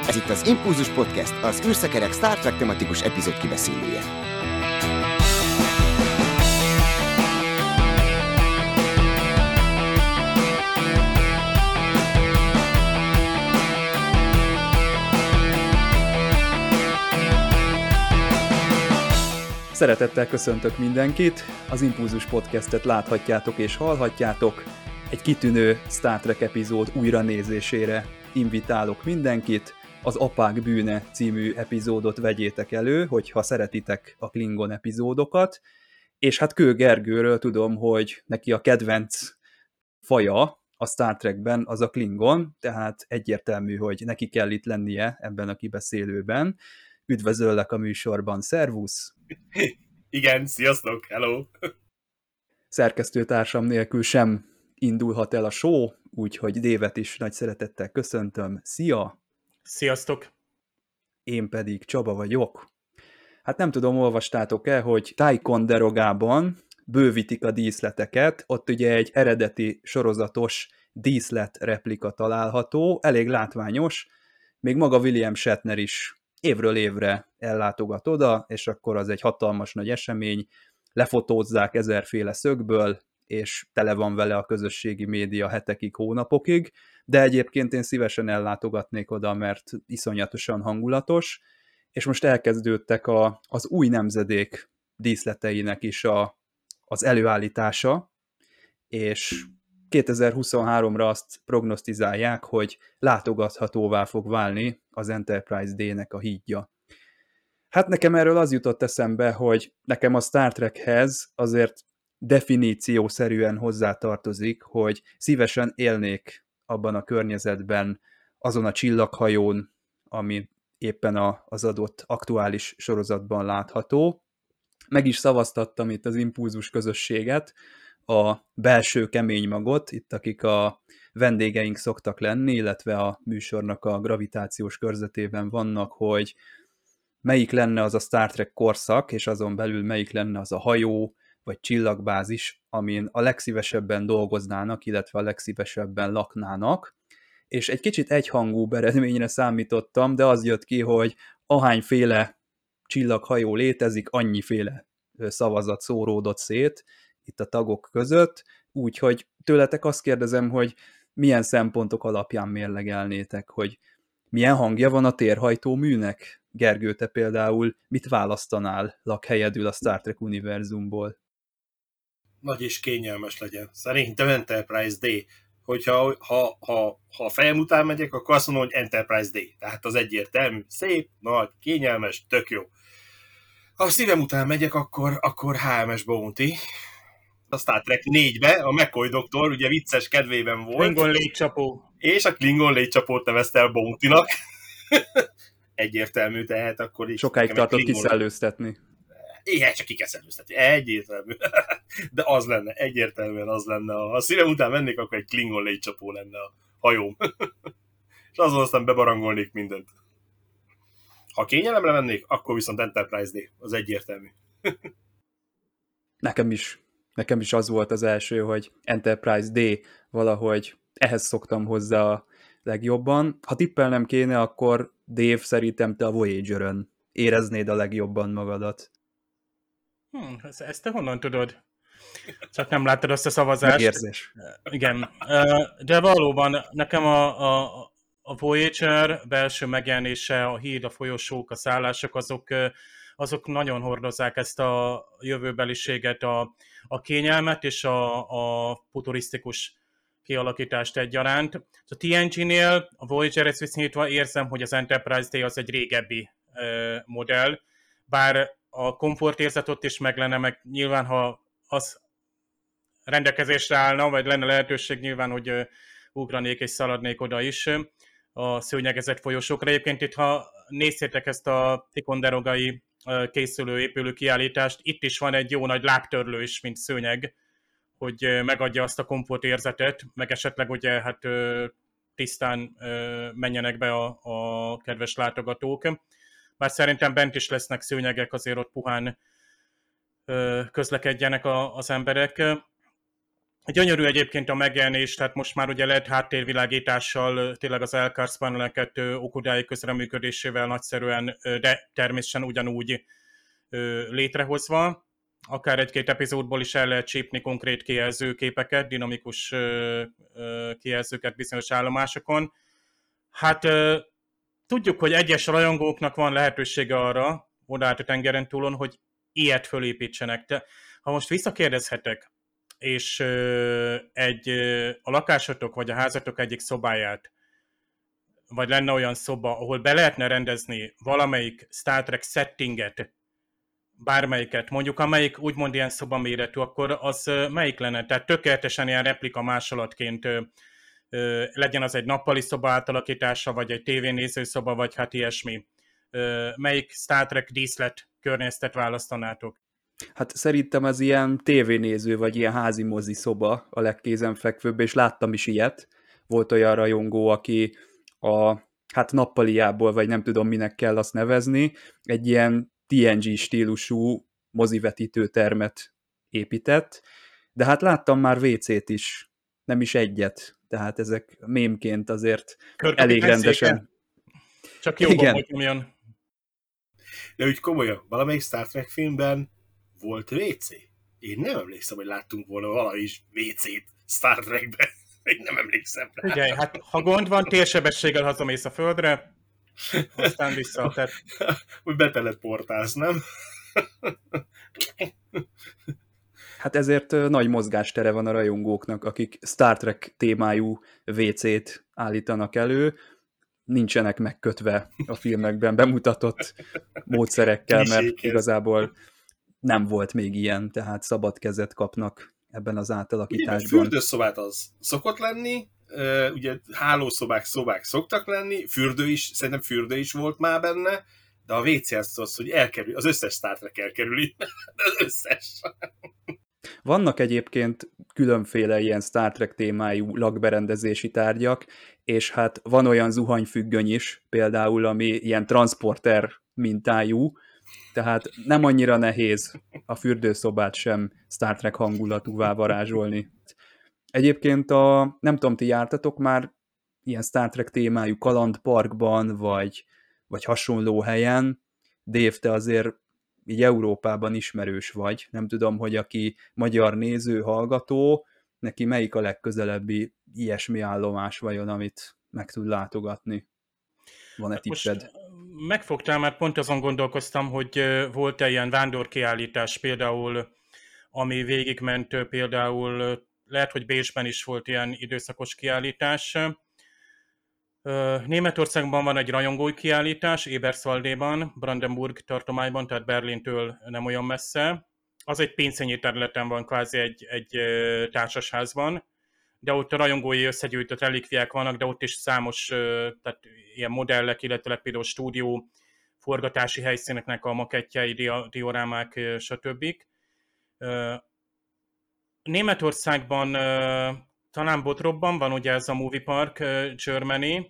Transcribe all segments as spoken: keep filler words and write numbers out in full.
Ez itt az Impulzus Podcast, az űrszekerek Star Trek tematikus epizód kibeszélője. Szeretettel köszöntök mindenkit, az Impulzus Podcastet láthatjátok és hallhatjátok. Egy kitűnő Star Trek epizód újranézésére invitálok mindenkit. Az Apák bűne című epizódot vegyétek elő, hogyha szeretitek a Klingon epizódokat. És hát Kő Gergőről tudom, hogy neki a kedvenc faja a Star Trekben az a Klingon, tehát egyértelmű, hogy neki kell itt lennie ebben a kibeszélőben. Üdvözöllek a műsorban, szervusz! Igen, sziasztok, hello! Szerkesztőtársam nélkül sem indulhat el a show, úgyhogy Dévet is nagy szeretettel köszöntöm. Szia! Sziasztok! Én pedig Csaba vagyok. Hát nem tudom, olvastátok-e, hogy Ticonderogában bővítik a díszleteket, ott ugye egy eredeti sorozatos díszlet replika található, elég látványos, még maga William Shatner is évről évre ellátogat oda, és akkor az egy hatalmas nagy esemény, lefotózzák ezerféle szögből, és tele van vele a közösségi média hetekig, hónapokig, de egyébként én szívesen ellátogatnék oda, mert iszonyatosan hangulatos, és most elkezdődtek a, az új nemzedék díszleteinek is a, az előállítása, és kétezer-huszonháromra azt prognosztizálják, hogy látogathatóvá fog válni az Enterprise D-nek a hídja. Hát nekem erről az jutott eszembe, hogy nekem a Star Trekhez azért definíciószerűen hozzátartozik, hogy szívesen élnék abban a környezetben, azon a csillaghajón, ami éppen a, az adott aktuális sorozatban látható. Meg is szavaztattam itt az Impulzus közösséget, a belső kemény magot, itt akik a vendégeink szoktak lenni, illetve a műsornak a gravitációs körzetében vannak, hogy melyik lenne az a Star Trek korszak, és azon belül melyik lenne az a hajó, vagy csillagbázis, amin a legszívesebben dolgoznának, illetve a legszívesebben laknának. És egy kicsit egyhangú eredményre számítottam, de az jött ki, hogy ahányféle csillaghajó létezik, annyiféle szavazat szóródott szét itt a tagok között, úgyhogy tőletek azt kérdezem, hogy milyen szempontok alapján mérlegelnétek, hogy milyen hangja van a térhajtó műnek? Gergő, te például mit választanál lakhelyedül a Star Trek univerzumból? Nagy és kényelmes legyen. Szerintem Enterprise D. Hogyha ha, ha, ha a fejem után megyek, akkor azt mondom, hogy Enterprise D. Tehát az egyértelmű, szép, nagy, kényelmes, tök jó. Ha a szívem után megyek, akkor, akkor há em es Bounty. A Star Trek négybe a McCoy doktor ugye vicces kedvében volt. Klingon légycsapó. És a Klingon légycsapót nevezte el Bounty-nak. Egyértelmű, tehát akkor is. Sokáig tartott kiszellőztetni. Igen, csak ki kell szellőztetni. Egyértelmű. De az lenne, egyértelműen az lenne. Ha a szívem után mennék, akkor egy Klingon légycsapó lenne a hajóm. És azon aztán bebarangolnék mindent. Ha kényelemre mennék, akkor viszont Enterprise D. Az egyértelmű. Nekem is. Nekem is az volt az első, hogy Enterprise D, valahogy ehhez szoktam hozzá a legjobban. Ha tippelnem kéne, akkor Dave, szerintem te a Voyager-ön éreznéd a legjobban magadat. Hm, ezt te honnan tudod? Csak nem láttad azt a szavazást. Megérzés. Igen. De valóban nekem a, a, a Voyager belső megjelenése, a híd, a folyosók, a szállások, azok, azok nagyon hordozzák ezt a jövőbeliséget, a, a kényelmet és a, a futurisztikus kialakítást egyaránt. A té en gé-nél, a Voyager-hez viszonyítva érzem, hogy az Enterprise D az egy régebbi uh, modell, bár a komfortérzet ott is meg lenne, meg nyilván, ha az rendelkezésre állna, vagy lenne lehetőség nyilván, hogy uh, ugranék és szaladnék oda is uh, a szőnyegezett folyosókra. Egyébként itt, ha nézzétek ezt a Ticonderogai uh, készülő épülő kiállítást, itt is van egy jó nagy lábtörlő is, mint szőnyeg, hogy megadja azt a komfortérzetet, meg esetleg ugye hát tisztán menjenek be a, a kedves látogatók. Bár szerintem bent is lesznek szőnyegek, azért ott puhán közlekedjenek a, az emberek. Gyönyörű egyébként a megjelenés, tehát most már ugye lehet háttérvilágítással, tényleg az el ká er paneleket Okudai közreműködésével nagyszerűen, de természetesen ugyanúgy létrehozva. Akár egy-két epizódból is el lehet csípni konkrét kijelzőképeket, dinamikus kijelzőket bizonyos állomásokon. Hát tudjuk, hogy egyes rajongóknak van lehetősége arra, odaállt a tengeren túlon, hogy ilyet fölépítsenek. De ha most visszakérdezhetek, és egy, a lakásotok vagy a házatok egyik szobáját, vagy lenne olyan szoba, ahol be lehetne rendezni valamelyik Star Trek settinget, bármelyiket, mondjuk amelyik úgymond ilyen szobaméretű, akkor az melyik lenne? Tehát tökéletesen ilyen replika másolatként legyen az egy nappali szoba átalakítása, vagy egy tévénéző szoba, vagy hát ilyesmi. Melyik Star Trek díszlet környezetet választanátok? Hát szerintem az ilyen tévénéző, vagy ilyen házi mozi szoba a legkézenfekvőbb, és láttam is ilyet. Volt olyan rajongó, aki a hát nappaliából, vagy nem tudom minek kell azt nevezni, egy ilyen té en gé stílusú mozivetítő termet épített, de hát láttam már vécét is, nem is egyet, tehát ezek mémként azért elég rendesen. Csak jobban, hogy nyomjon. De úgy komolyan, valamelyik Star Trek filmben volt vé cé? Én nem emlékszem, hogy láttunk volna valahogy is vé cét Star Trekben. Én nem emlékszem rá. Ugye, hát ha gond van, térsebességgel hazamész a földre, aztán vissza. Tehát... Úgy beteleportálsz, nem? Hát ezért nagy mozgástere van a rajongóknak, akik Star Trek témájú vé cét állítanak elő, nincsenek megkötve a filmekben bemutatott módszerekkel, mert igazából nem volt még ilyen, tehát szabad kezet kapnak ebben az átalakításban. Ugye, fürdőszobát az szokott lenni, ugye hálószobák, szobák szoktak lenni, fürdő is, szerintem fürdő is volt már benne, de a vé cé az, hogy elkerül, az összes Star Trek elkerüli, az összes. Vannak egyébként különféle ilyen Star Trek témájú lakberendezési tárgyak, és hát van olyan zuhanyfüggöny is, például, ami ilyen transporter mintájú, tehát nem annyira nehéz a fürdőszobát sem Star Trek hangulatúvá varázsolni. Egyébként a, nem tudom, ti jártatok már ilyen Star Trek témájú kalandparkban, vagy, vagy hasonló helyen. Dave, te azért így Európában ismerős vagy. Nem tudom, hogy aki magyar néző, hallgató, neki melyik a legközelebbi ilyesmi állomás vajon, amit meg tud látogatni. Van-e tipped? Megfogtál, mert pont azon gondolkoztam, hogy volt-e ilyen vándorkiállítás például, ami végigment például, lehet, hogy Bécsben is volt ilyen időszakos kiállítás. Németországban van egy rajongói kiállítás, Eberswaldéban, Brandenburg tartományban, tehát Berlintől nem olyan messze. Az egy pénzennyi területen van, kvázi egy, egy társasházban, de ott a rajongói összegyűjtött relikviák vannak, de ott is számos tehát ilyen modellek, illetve például stúdió, forgatási helyszíneknek a makettjei, diorámák, stb. Németországban, talán Botropban van ugye ez a Movie Park Germany.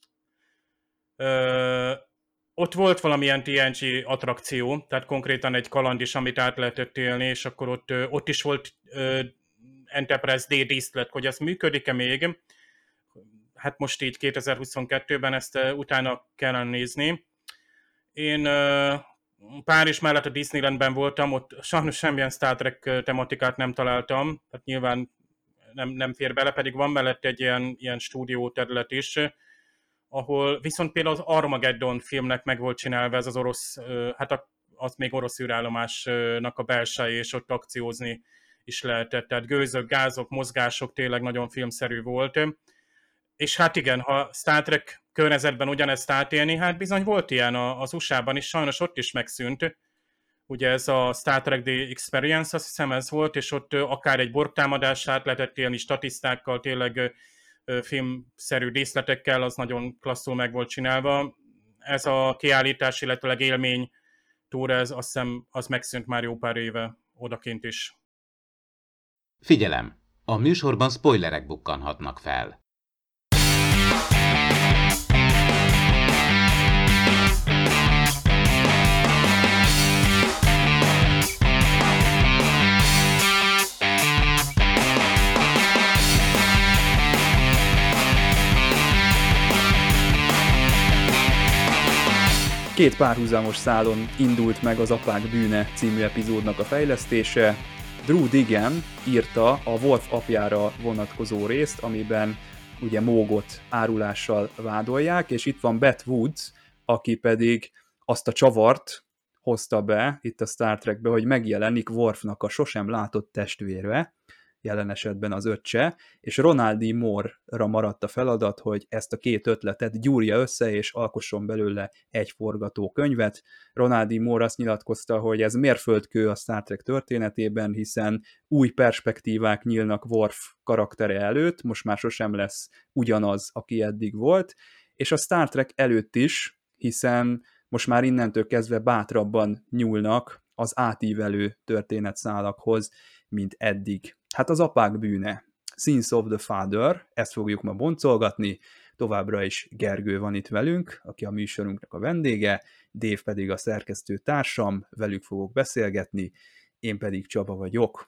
Ott volt valamilyen té en gé attrakció, tehát konkrétan egy kaland is, amit át lehetett élni, és akkor ott, ott is volt Enterprise D díszlet, hogy ez működik-e még. Hát most így kétezer-huszonkettőben ezt utána kellene nézni. Én Párizs mellett a Disneylandben voltam, ott sajnos semmilyen Star Trek tematikát nem találtam, tehát nyilván nem, nem fér bele, pedig van mellett egy ilyen, ilyen stúdió terület is, ahol viszont például az Armageddon filmnek meg volt csinálva ez az orosz, hát az még orosz űrállomásnak a belseje, és ott akciózni is lehetett. Tehát gőzök, gázok, mozgások tényleg nagyon filmszerű volt. És hát igen, ha Star Trek környezetben ugyanezt átélni, hát bizony volt ilyen az u es á-ban is, sajnos ott is megszűnt. Ugye ez a Star Trek The Experience, azt hiszem ez volt, és ott akár egy borgtámadását lehetett élni statisztákkal, tényleg filmszerű díszletekkel, az nagyon klasszul meg volt csinálva. Ez a kiállítás, illetőleg élmény túr, ez azt hiszem, az megszűnt már jó pár éve odakint is. Figyelem! A műsorban spoilerek bukkanhatnak fel. Két párhuzamos szálon indult meg az Apák bűne című epizódnak a fejlesztése. Drew Digan írta a Worf apjára vonatkozó részt, amiben ugye Mógot árulással vádolják, és itt van Beth Woods, aki pedig azt a csavart hozta be itt a Star Trekbe, hogy megjelenik Worfnak a sosem látott testvére, jelen esetben az öccse, és Ronald D. Moore-ra maradt a feladat, hogy ezt a két ötletet gyúrja össze, és alkosson belőle egy forgatókönyvet. Ronald D. Moore azt nyilatkozta, hogy ez mérföldkő a Star Trek történetében, hiszen új perspektívák nyílnak Worf karaktere előtt, most már sosem lesz ugyanaz, aki eddig volt, és a Star Trek előtt is, hiszen most már innentől kezdve bátrabban nyúlnak az átívelő történetszálakhoz, mint eddig. Hát az Apák bűne, Sins of the Father, ezt fogjuk ma boncolgatni, továbbra is Gergő van itt velünk, aki a műsorunknak a vendége, Dave pedig a szerkesztő társam, velük fogok beszélgetni, én pedig Csaba vagyok.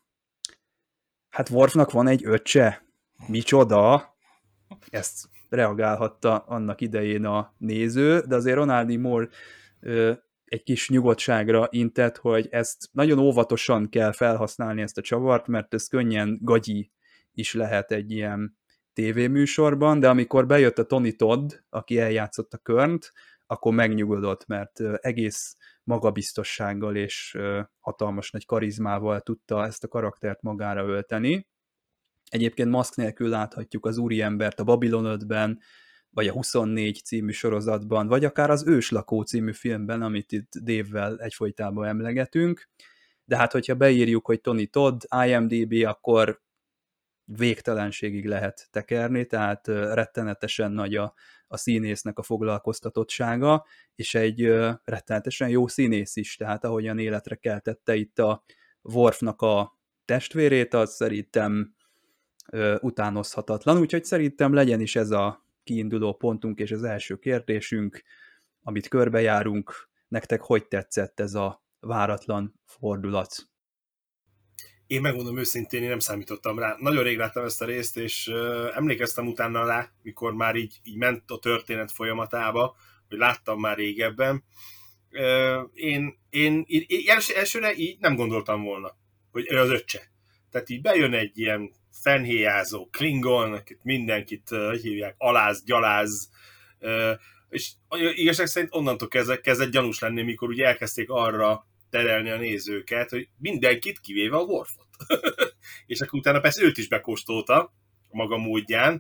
Hát Worfnak van egy öccse, micsoda, ezt reagálhatta annak idején a néző, de azért Ronald D. Moore ö, egy kis nyugodtságra intett, hogy ezt nagyon óvatosan kell felhasználni ezt a csavart, mert ez könnyen gagyi is lehet egy ilyen tévéműsorban, de amikor bejött a Tony Todd, aki eljátszott a Körnt, akkor megnyugodott, mert egész magabiztossággal és hatalmas nagy karizmával tudta ezt a karaktert magára ölteni. Egyébként maszk nélkül láthatjuk az úriembert a Babylon ötben, vagy a huszonnégy című sorozatban, vagy akár az Őslakó című filmben, amit itt Dave-vel egyfolytában emlegetünk. De hát, hogyha beírjuk, hogy Tony Todd, IMDb, akkor végtelenségig lehet tekerni, tehát rettenetesen nagy a, a színésznek a foglalkoztatottsága, és egy rettenetesen jó színész is, tehát ahogyan életre keltette itt a Worfnak a testvérét, az szerintem utánozhatatlan, úgyhogy szerintem legyen is ez a kiinduló pontunk és az első kérdésünk, amit körbejárunk. Nektek hogy tetszett ez a váratlan fordulat? Én megmondom őszintén, én nem számítottam rá. Nagyon rég láttam ezt a részt, és uh, emlékeztem utána rá, mikor már így, így ment a történet folyamatába, hogy láttam már régebben. Uh, én, én, én els, elsőre így nem gondoltam volna, hogy ő az öccse. Tehát így bejön egy ilyen fennhéjázó Klingon, akit mindenkit, hogy hívják, aláz, gyaláz, és igazság szerint onnantól kezdve kezdett gyanús lenni, mikor ugye elkezdték arra terelni a nézőket, hogy mindenkit kivéve a Worfot. És akkor utána persze őt is bekóstolta a maga módján.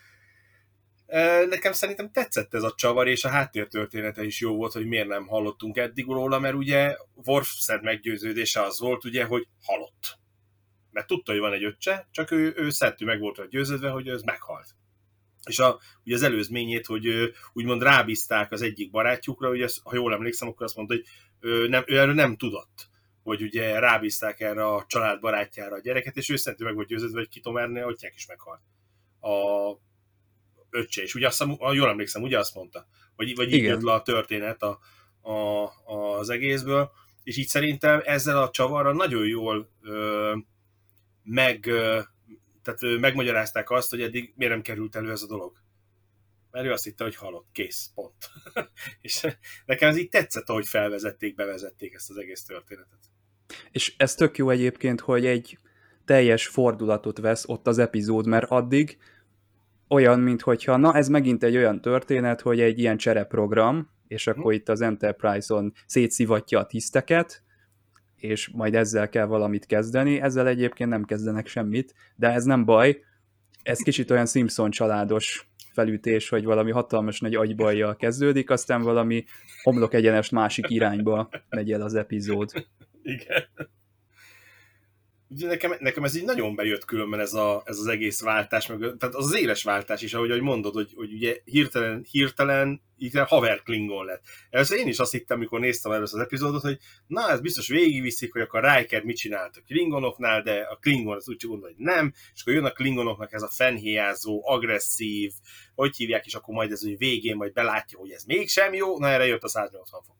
Nekem szerintem tetszett ez a csavar, és a háttértörténete is jó volt, hogy miért nem hallottunk eddig róla, mert ugye Worf szent meggyőződése az volt, ugye, hogy halott. Mert tudta, hogy van egy öccse, csak ő, ő szentű meg volt győződve, hogy ez meghalt. És a, ugye az előzményét, hogy ő, úgymond rábízták az egyik barátjukra, ugye, ha jól emlékszem, akkor azt mondta, hogy ő, nem, ő erről nem tudott, hogy ugye rábízták erre a család barátjára a gyereket, és ő szentű meg volt győződve, hogy Kitomerne atyák is meghalt. A öccse, és ugye azt, ha jól emlékszem, ugye azt mondta, vagy, vagy így jött le a történet a, a, az egészből, és így szerintem ezzel a csavarral nagyon jól ö, meg, tehát megmagyarázták azt, hogy eddig miért nem került elő ez a dolog. Mert ő azt hitte, hogy halott, kész, pont. És nekem ez így tetszett, ahogy felvezették, bevezették ezt az egész történetet. És ez tök jó egyébként, hogy egy teljes fordulatot vesz ott az epizód, mert addig olyan, minthogyha, na ez megint egy olyan történet, hogy egy ilyen csereprogram, és akkor hmm. itt az Enterprise-on szétszivatja a tiszteket, és majd ezzel kell valamit kezdeni. Ezzel egyébként nem kezdenek semmit, de ez nem baj. Ez kicsit olyan Simpson családos felütés, hogy valami hatalmas nagy agybajjal kezdődik, aztán valami homlok egyenest másik irányba megy el az epizód. Igen. Ugye nekem, nekem ez így nagyon bejött különben ez, a, ez az egész váltás, meg, tehát az, az éles váltás is, ahogy, ahogy mondod, hogy, hogy ugye hirtelen, hirtelen haver Klingon lett. Először én is azt hittem, amikor néztem először az epizódot, hogy na, ez biztos végigviszik, hogy akkor Riker mit csinált a Klingonoknál, de a Klingon az úgy gondol, hogy nem, és akkor jön a Klingonoknak ez a fennhéjázó, agresszív, hogy hívják, és akkor majd ez úgy végén majd belátja, hogy ez mégsem jó, na erre jött a száznyolcvan fok.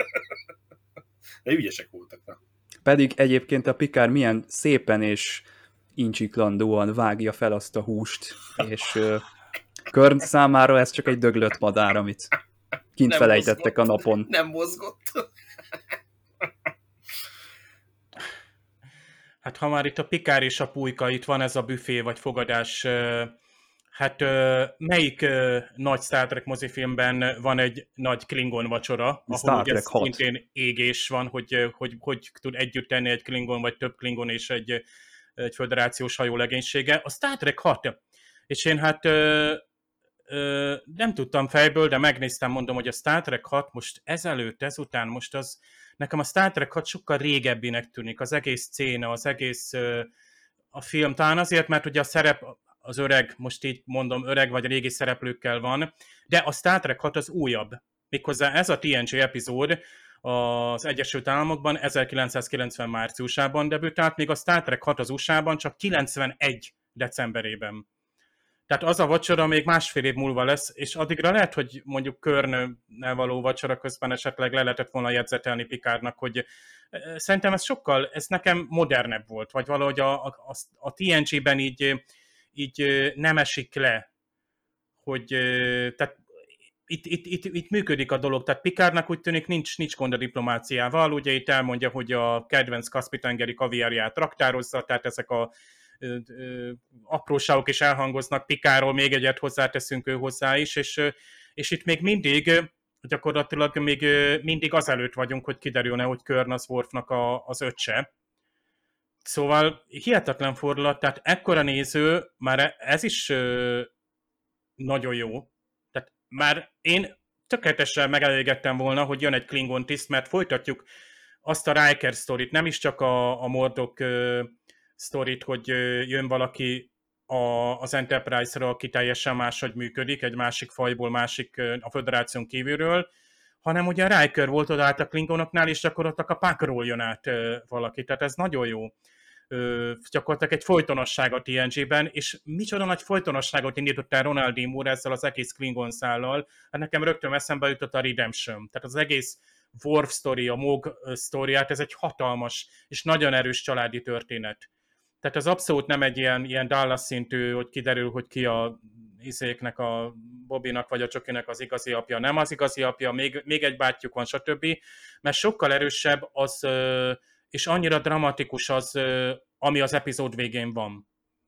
De ügyesek voltak, na. Pedig egyébként a Picard milyen szépen és incsiklandóan vágja fel azt a húst, és uh, Körn számára ez csak egy döglött madár, amit kint Nem felejtettek mozgott. a napon. Nem mozgott. Hát ha már itt a Pikár és a Pulyka, itt van ez a büfé vagy fogadás, hát melyik nagy Star Trek mozifilmben van egy nagy Klingon vacsora, ahol Star ugye Trek hat. szintén égés van, hogy, hogy hogy tud együtt tenni egy Klingon vagy több Klingon és egy, egy föderációs hajó legénysége. A Star Trek hat. És én hát ö, ö, nem tudtam fejből, de megnéztem, mondom, hogy a Star Trek hat most ezelőtt, ezután, most az nekem a Star Trek hat sokkal régebbinek tűnik, az egész széna, az egész ö, a film, talán azért, mert ugye a szerep az öreg, most így mondom, öreg vagy régi szereplőkkel van, de a Star Trek hat az újabb. Méghozzá ez a té en gé epizód az Egyesült Államokban ezerkilencszázkilencven márciusában debütált, míg a Star Trek hat az u es á-ban csak kilencvenegy decemberében. Tehát az a vacsora még másfél év múlva lesz, és addigra lehet, hogy mondjuk Körnönnel való vacsora közben esetleg le lehetett volna jegyzetelni Picardnak, hogy szerintem ez sokkal, ez nekem modernebb volt, vagy valahogy a, a, a té en gé-ben így, így nem esik le, hogy tehát itt, itt, itt, itt működik a dolog, tehát Picardnak úgy tűnik nincs, nincs gond a diplomáciával, ugye itt elmondja, hogy a kedvenc Kaszpi-tengeri kaviárját raktározza, tehát ezek a ö, ö, apróságok is elhangoznak, Picardról még egyet hozzáteszünk ő hozzá is, és, és itt még mindig, gyakorlatilag még mindig azelőtt vagyunk, hogy kiderülne, hogy Körn az Worfnak a, az öccse. Szóval hihetetlen fordulat, tehát ekkora néző, már ez is ö, nagyon jó. Tehát már én tökéletesen megelégettem volna, hogy jön egy Klingon tiszt, mert folytatjuk azt a Riker sztorit, nem is csak a, a Mordok ö, sztorit, hogy ö, jön valaki a, az Enterprise-ra, aki teljesen máshogy működik, egy másik fajból, másik ö, a Föderáción kívülről, hanem ugye a Riker volt oda át a Klingonoknál, és gyakorlatilag a Pakról jön át ö, valaki, tehát ez nagyon jó. Ö, gyakorlatilag egy folytonosság a té en gé-ben, és micsoda nagy folytonosságot indított el Ronald D. Moore ezzel az egész Klingon szállal, hát nekem rögtön eszembe jutott a Redemption. Tehát az egész Worf sztori, a Mog sztoriát, ez egy hatalmas és nagyon erős családi történet. Tehát az abszolút nem egy ilyen, ilyen Dallas szintű, hogy kiderül, hogy ki a izéknek, a Bobbynak vagy a Csokinek az igazi apja, nem az igazi apja, még, még egy bátyjuk van, stb. Mert sokkal erősebb az, és annyira dramatikus az, ami az epizód végén van.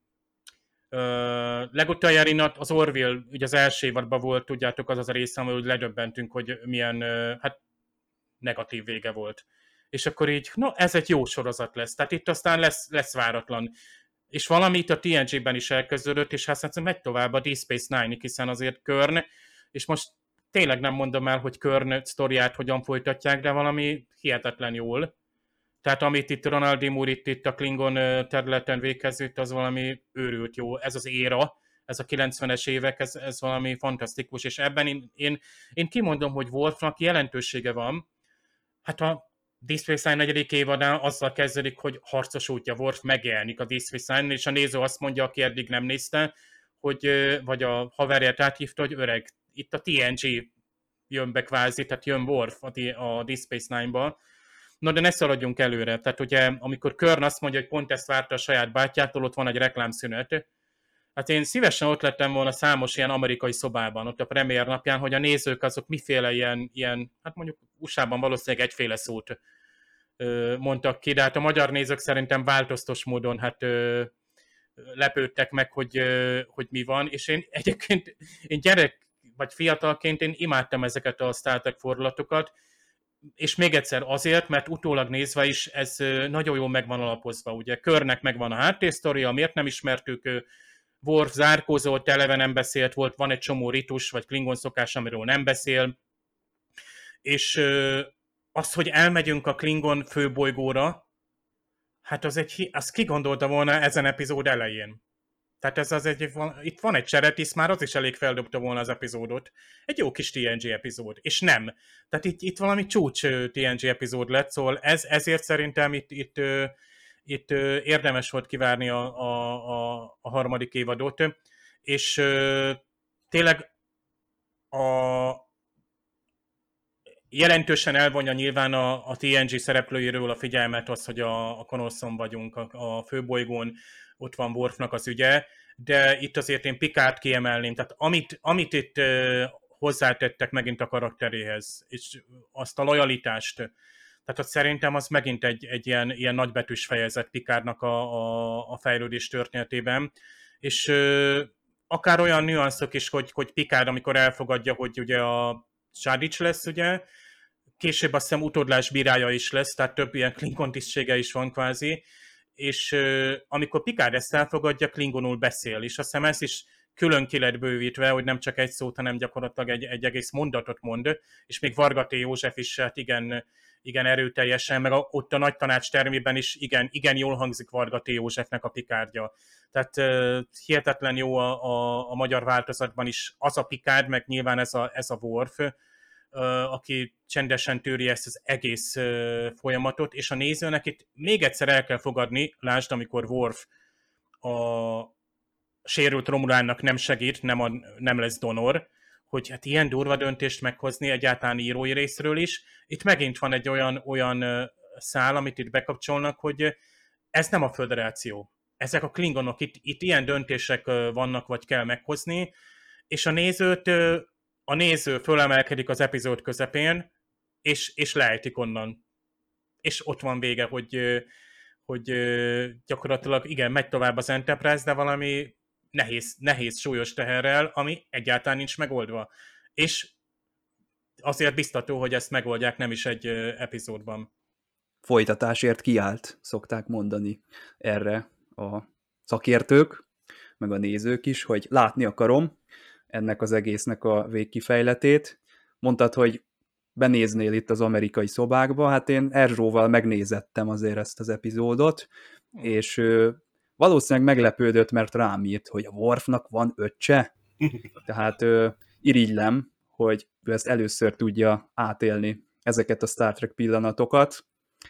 Legutoljára az Orville, ugye az első évadban volt, tudjátok, az az a része, ahol ledöbbentünk, hogy milyen hát, negatív vége volt. És akkor így, no, ez egy jó sorozat lesz. Tehát itt aztán lesz, lesz váratlan. És valami itt a té en gé-ben is elkezdődött, és hát szerintem megy tovább a Deep Space Nine-ig, hiszen azért Körn, és most tényleg nem mondom el, hogy Körn sztoriát hogyan folytatják, de valami hihetetlen jól. Tehát amit itt Ronald D. Moore itt, itt a Klingon területen végezett, az valami őrült jó. Ez az éra, ez a kilencvenes évek, ez, ez valami fantasztikus, és ebben én, én, én kimondom, hogy Worfnak jelentősége van. Hát a Deep Space Nine negyedik évadán azzal kezdődik, hogy harcos útja Worf megjelenik a Deep Space Nine, és a néző azt mondja, aki eddig nem nézte, hogy, vagy a haverját áthívta, hogy öreg, itt a té en gé jön be kvázi, tehát jön Worf a Deep Space Nine-ba. Na de ne szaladjunk előre, tehát ugye amikor Körn azt mondja, hogy pont ezt várta a saját bátyjától, ott van egy reklámszünet. Hát én szívesen ott lettem volna számos ilyen amerikai szobában, ott a premier napján, hogy a nézők azok miféle ilyen, ilyen hát mondjuk u es á-ban valószínűleg egyféle szót ö, mondtak ki, de hát a magyar nézők szerintem változtos módon hát ö, lepődtek meg, hogy, ö, hogy mi van, és én egyébként én gyerek vagy fiatalként én imádtam ezeket a Star Trek fordulatokat, és még egyszer azért, mert utólag nézve is ez nagyon jól megvan alapozva. Ugye Körnek megvan a háttérsztoria, miért nem ismertük, Worf zárkózott, eleve nem beszélt, volt, van egy csomó ritus, vagy Klingon szokás, amiről nem beszél. És az, hogy elmegyünk a Klingon főbolygóra, hát az egy, azt ki gondolta volna ezen epizód elején. Tehát ez az egy, itt van egy cseretiszt, már az is elég feldobta volna az epizódot. Egy jó kis té en gé epizód, és nem. Tehát itt, itt valami csúcs té en gé epizód lett, szóval ez, ezért szerintem itt, itt, itt érdemes volt kivárni a, a, a, a harmadik évadot, és tényleg a jelentősen elvonja nyilván a, a té en gé szereplőiről a figyelmet az, hogy a, a Konoszon vagyunk, a, a főbolygón, ott van Worfnak az ügye, de itt azért én Picard kiemelném. Tehát amit, amit itt uh, hozzátettek megint a karakteréhez, és azt a lojalitást. Tehát ott szerintem az megint egy, egy ilyen, ilyen nagybetűs fejezet Picardnak a, a, a fejlődés történetében, és ö, akár olyan nüanszok is, hogy, hogy Picard, amikor elfogadja, hogy ugye a Sádics lesz, ugye, később azt hiszem utódlás bírája is lesz, tehát több ilyen Klingon tisztsége is van kvázi, és ö, amikor Picard ezt elfogadja, Klingonul beszél, és azt hiszem ez is külön ki lett bővítve, hogy nem csak egy szót, hanem gyakorlatilag egy, egy egész mondatot mond, és még Varga T. József is hát igen, igen erőteljesen, meg a, ott a nagy tanács termében is igen, igen jól hangzik Varga T. Józsefnek a Picardja. Tehát uh, hihetetlen jó a, a, a magyar változatban is az a Picard, meg nyilván ez a, ez a Worf, uh, aki csendesen tűri ezt az egész uh, folyamatot, és a nézőnek itt még egyszer el kell fogadni, lásd, amikor Worf a sérült Romulánnak nem segít, nem, a, nem lesz donor, hogy hát ilyen durva döntést meghozni egyáltalán írói részről is. Itt megint van egy olyan, olyan szál, amit itt bekapcsolnak, hogy ez nem a föderáció. Ezek a klingonok, itt, itt ilyen döntések vannak, vagy kell meghozni, és a nézőt, a néző fölemelkedik az epizód közepén, és, és leejtik onnan. És ott van vége, hogy, hogy gyakorlatilag igen, megy tovább az Enterprise, de valami nehéz, nehéz, súlyos teherrel, ami egyáltalán nincs megoldva. És azért biztató, hogy ezt megoldják nem is egy epizódban. Folytatásért kiállt, szokták mondani erre a szakértők, meg a nézők is, hogy látni akarom ennek az egésznek a végkifejletét. Mondtad, hogy benéznél itt az amerikai szobákba, hát én Erzsóval megnézettem azért ezt az epizódot, és valószínűleg meglepődött, mert rám írt, hogy a Worfnak van öccse. Tehát ö, irigylem, hogy ő ezt először tudja átélni, ezeket a Star Trek pillanatokat.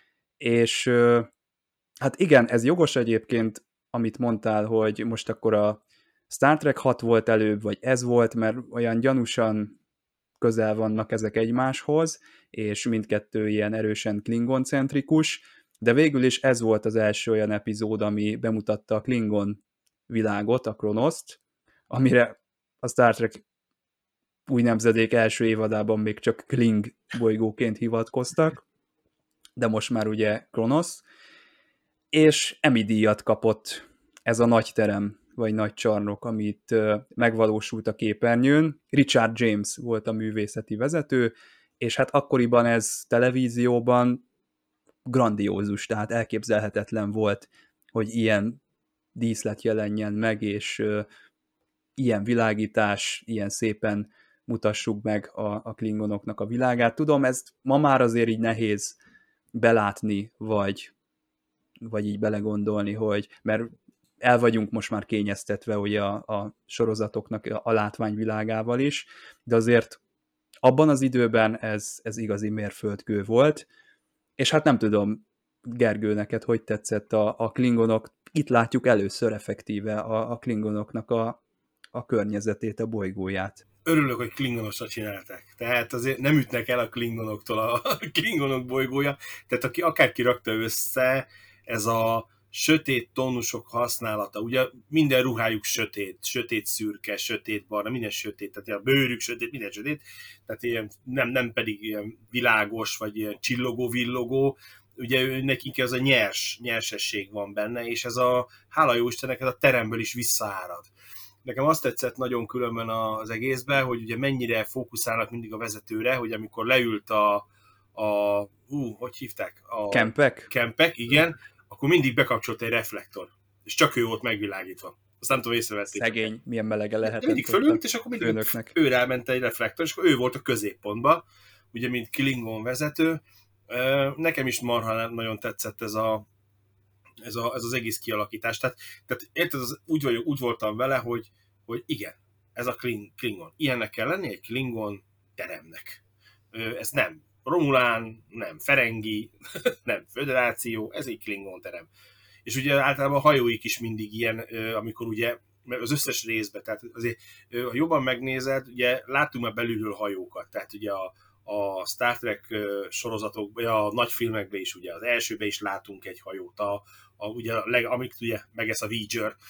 És ö, hát igen, ez jogos egyébként, amit mondtál, hogy most akkor a Star Trek hat volt előbb, vagy ez volt, mert olyan gyanúsan közel vannak ezek egymáshoz, és mindkettő ilyen erősen Klingon-centrikus, de végül is ez volt az első olyan epizód, ami bemutatta a Klingon világot, a Kronoszt, amire a Star Trek új nemzedék első évadában még csak Kling bolygóként hivatkoztak, de most már ugye Kronosz, és Emmy díjat kapott ez a nagy terem, vagy nagy csarnok, amit megvalósult a képernyőn. Richard James volt a művészeti vezető, és hát akkoriban ez televízióban grandiózus, tehát elképzelhetetlen volt, hogy ilyen díszlet jelenjen meg, és uh, ilyen világítás, ilyen szépen mutassuk meg a, a klingonoknak a világát. Tudom, ezt ma már azért így nehéz belátni, vagy, vagy így belegondolni, hogy, mert el vagyunk most már kényeztetve ugye a, a sorozatoknak a látványvilágával is, de azért abban az időben ez, ez igazi mérföldkő volt, és hát nem tudom, Gergő, neked hogy tetszett a, a klingonok, itt látjuk először effektíve a, a klingonoknak a, a környezetét, a bolygóját. Örülök, hogy klingonosra csinálták. Tehát azért nem ütnek el a klingonoktól a, a klingonok bolygója. Tehát aki akárki rakta össze, ez a sötét tónusok használata. Ugye minden ruhájuk sötét, sötét szürke, sötét barna, minden sötét, tehát a bőrük sötét, minden sötét. Tehát ilyen, nem, nem pedig ilyen világos, vagy ilyen csillogó-villogó. Ugye nekik ez a nyers, nyersesség van benne, és ez a, hála jó Istennek, ez a teremből is visszaárad. Nekem azt tetszett nagyon különben az egészben, hogy ugye mennyire fókuszálnak mindig a vezetőre, hogy amikor leült a, a ú, hogy hívták? A Kempek? Kempek, igen, akkor mindig bekapcsolt egy reflektor, és csak ő volt megvilágítva. Azt nem tudom, észrevették. Szegény, milyen melege lehetett. Mindig fölült, és akkor mindig főnöknek. ő ráment egy reflektor, és akkor ő volt a középpontban, ugye mint Klingon vezető. Nekem is marha nagyon tetszett ez a Ez, a, ez az egész kialakítás. Tehát, tehát érted, az, úgy, vagyok, úgy voltam vele, hogy, hogy igen, ez a Klingon. Ilyennek kell lenni egy Klingon teremnek. Ez nem Romulán, nem Ferengi, nem Föderáció, ez egy Klingon terem. És ugye általában a hajóik is mindig ilyen, amikor ugye az összes részben, tehát azért, ha jobban megnézed, ugye láttunk már belülről hajókat, tehát ugye a a Star Trek sorozatokban, a nagy filmekben is, ugye az elsőben is látunk egy hajót, a, a, ugye, a leg, amit ugye megesz a Voyager,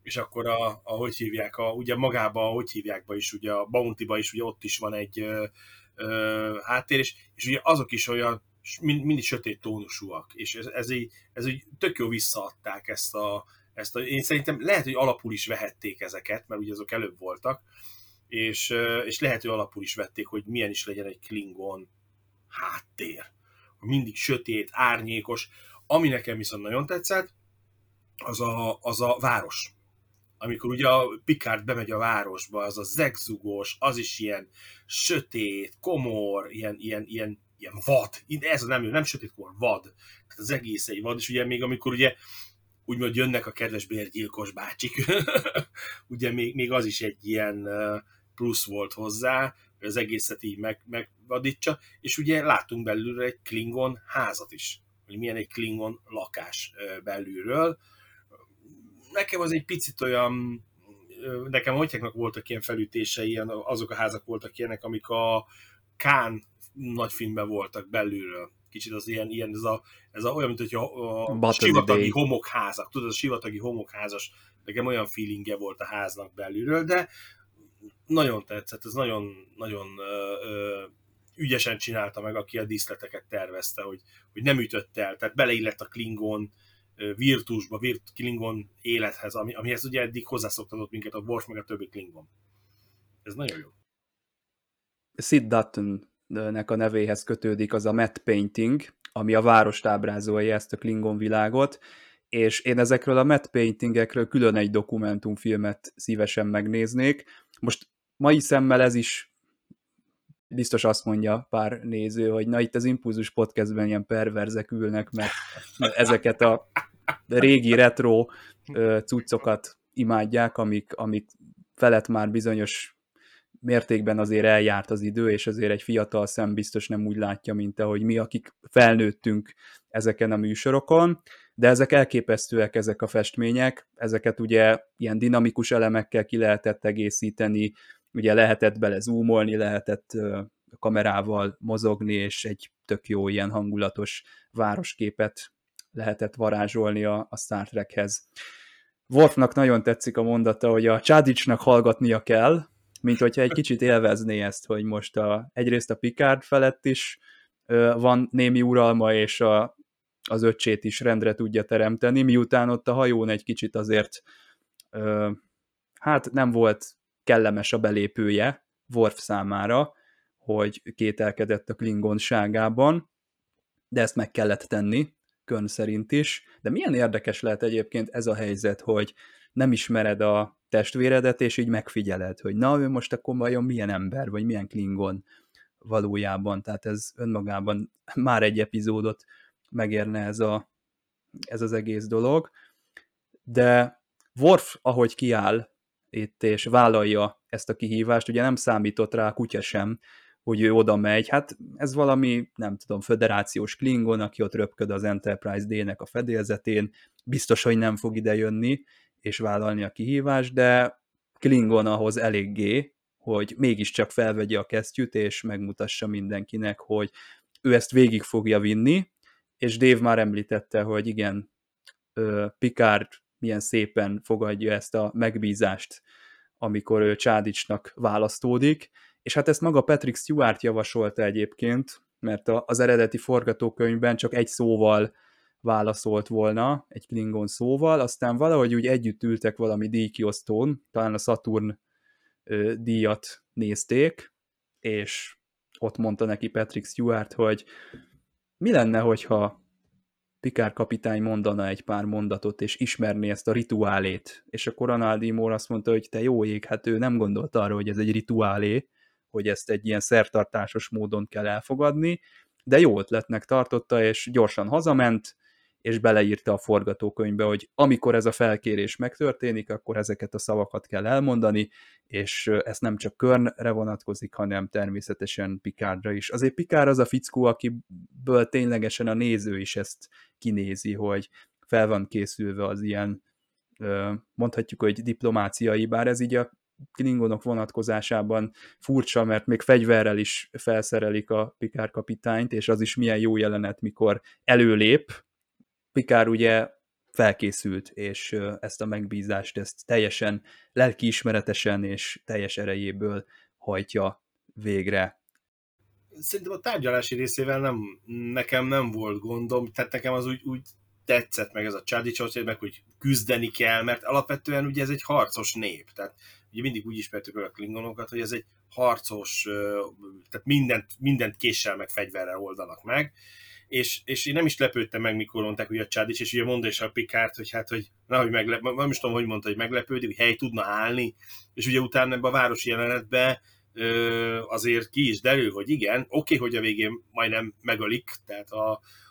és akkor a, a hogy hívják, a, ugye magába, a hogy hívjákba is, ugye a Bounty-ba is, ugye ott is van egy ö, ö, háttér, és, és ugye azok is olyan, mind, mindig sötét tónusúak, és ez, ez, így, ez így tök jó visszaadták ezt a, ezt a, én szerintem lehet, hogy alapul is vehették ezeket, mert ugye azok előbb voltak, és, és lehet, hogy alapul is vették, hogy milyen is legyen egy Klingon háttér. Mindig sötét, árnyékos. Ami nekem viszont nagyon tetszett, az a, az a város. Amikor ugye a Picard bemegy a városba, az a zegzugos, az is ilyen sötét, komor, ilyen, ilyen, ilyen, ilyen vad. Ez a nem, nem sötét, komor, vad. Tehát az egész egy vad, és ugye még amikor ugye úgymond jönnek a kedves bérgyilkos bácsik, ugye még, még az is egy ilyen plusz volt hozzá, hogy az egészet így meg, megvadítsa, és ugye látunk belülről egy Klingon házat is, hogy milyen egy Klingon lakás belülről. Nekem az egy picit olyan, nekem Otyáknak voltak ilyen felütései, azok a házak voltak ilyenek, amik a Kán nagyfilmben voltak belülről. Kicsit az ilyen, ilyen ez, a, ez a, olyan, mint hogy a, a sivatagi homokházak, tudod, a sivatagi homokházas, nekem olyan feelingje volt a háznak belülről, de nagyon tetszett, ez nagyon, nagyon ö, ö, ügyesen csinálta meg, aki a díszleteket tervezte, hogy, hogy nem ütött el, tehát beleillett a Klingon virtusba, virt, Klingon élethez, ami, amihez ugye eddig hozzászoktatott minket a Worf meg a többi Klingon. Ez nagyon jó. Sid Duttonnek a nevéhez kötődik az a matte painting, ami a várost ábrázolja, ezt a Klingon világot, és én ezekről a matte paintingekről külön egy dokumentumfilmet szívesen megnéznék. Most mai szemmel ez is biztos azt mondja pár néző, hogy na itt az Impulzus podcastben ilyen perverzek ülnek, mert ezeket a régi retro cuccokat imádják, amik, amik felett már bizonyos mértékben azért eljárt az idő, és azért egy fiatal szem biztos nem úgy látja, mint ahogy mi, akik felnőttünk ezeken a műsorokon, de ezek elképesztőek, ezek a festmények, ezeket ugye ilyen dinamikus elemekkel ki lehetett egészíteni, ugye lehetett bele zoomolni, lehetett kamerával mozogni, és egy tök jó ilyen hangulatos városképet lehetett varázsolni a, a Star Trekhez. Worfnak nagyon tetszik a mondata, hogy a Chadicsnak hallgatnia kell, mint hogyha egy kicsit élvezné ezt, hogy most a, egyrészt a Picard felett is ö, van némi uralma, és a, az öccsét is rendre tudja teremteni, miután ott a hajón egy kicsit azért ö, hát nem volt kellemes a belépője Worf számára, hogy kételkedett a klingonságában, de ezt meg kellett tenni, Körn szerint is. De milyen érdekes lehet egyébként ez a helyzet, hogy nem ismered a testvéredet, és így megfigyeled, hogy na, ő most akkor vajon milyen ember, vagy milyen klingon valójában. Tehát ez önmagában már egy epizódot megérne ez, a, ez az egész dolog. De Worf, ahogy kiáll itt, és vállalja ezt a kihívást, ugye nem számított rá a kutya sem, hogy ő oda megy. Hát ez valami, nem tudom, föderációs Klingon, aki ott röpköd az Enterprise D-nek a fedélzetén. Biztos, hogy nem fog ide jönni, és vállalni a kihívást, de Klingon ahhoz eléggé, hogy mégiscsak felvegye a kesztyűt, és megmutassa mindenkinek, hogy ő ezt végig fogja vinni, és Dave már említette, hogy igen, Picard milyen szépen fogadja ezt a megbízást, amikor ő Chadicsnak választódik, és hát ezt maga Patrick Stewart javasolta egyébként, mert az eredeti forgatókönyvben csak egy szóval válaszolt volna, egy Klingon szóval, aztán valahogy úgy együtt ültek valami díjkiosztón, talán a Saturn ö, díjat nézték, és ott mondta neki Patrick Stewart, hogy mi lenne, hogyha Picard kapitány mondana egy pár mondatot, és ismerné ezt a rituálét. És akkor Ronald D. Moore azt mondta, hogy te jó ég, hát ő nem gondolt arra, hogy ez egy rituálé, hogy ezt egy ilyen szertartásos módon kell elfogadni, de jó ötletnek tartotta, és gyorsan hazament, és beleírta a forgatókönyvbe, hogy amikor ez a felkérés megtörténik, akkor ezeket a szavakat kell elmondani, és ez nem csak Körnre vonatkozik, hanem természetesen Picardra is. Azért Picard az a fickó, akiből ténylegesen a néző is ezt kinézi, hogy fel van készülve az ilyen, mondhatjuk, hogy diplomáciai, bár ez így a klingonok vonatkozásában furcsa, mert még fegyverrel is felszerelik a Picard kapitányt, és az is milyen jó jelenet, mikor előlép. Picard ugye felkészült, és ezt a megbízást ezt teljesen lelkiismeretesen és teljes erejéből hajtja végre. Szerintem a tárgyalási részével nem, nekem nem volt gondom, tehát nekem az úgy, úgy tetszett meg ez a csádicsot, meg hogy küzdeni kell, mert alapvetően ugye ez egy harcos nép, tehát ugye mindig úgy ismertük meg a klingonokat, hogy ez egy harcos, tehát mindent, mindent késsel meg fegyverrel oldanak meg, és, és én nem is lepődtem meg, mikor mondták, hogy a Csádics, és ugye mondta is a Picard, hogy hát, hogy nehogy meglep, nem is tudom, hogy mondta, hogy meglepődik, hogy hely tudna állni, és ugye utána ebben a városi jelenetben azért ki is derül, hogy igen, oké, okay, hogy a végén majdnem megölik, tehát a,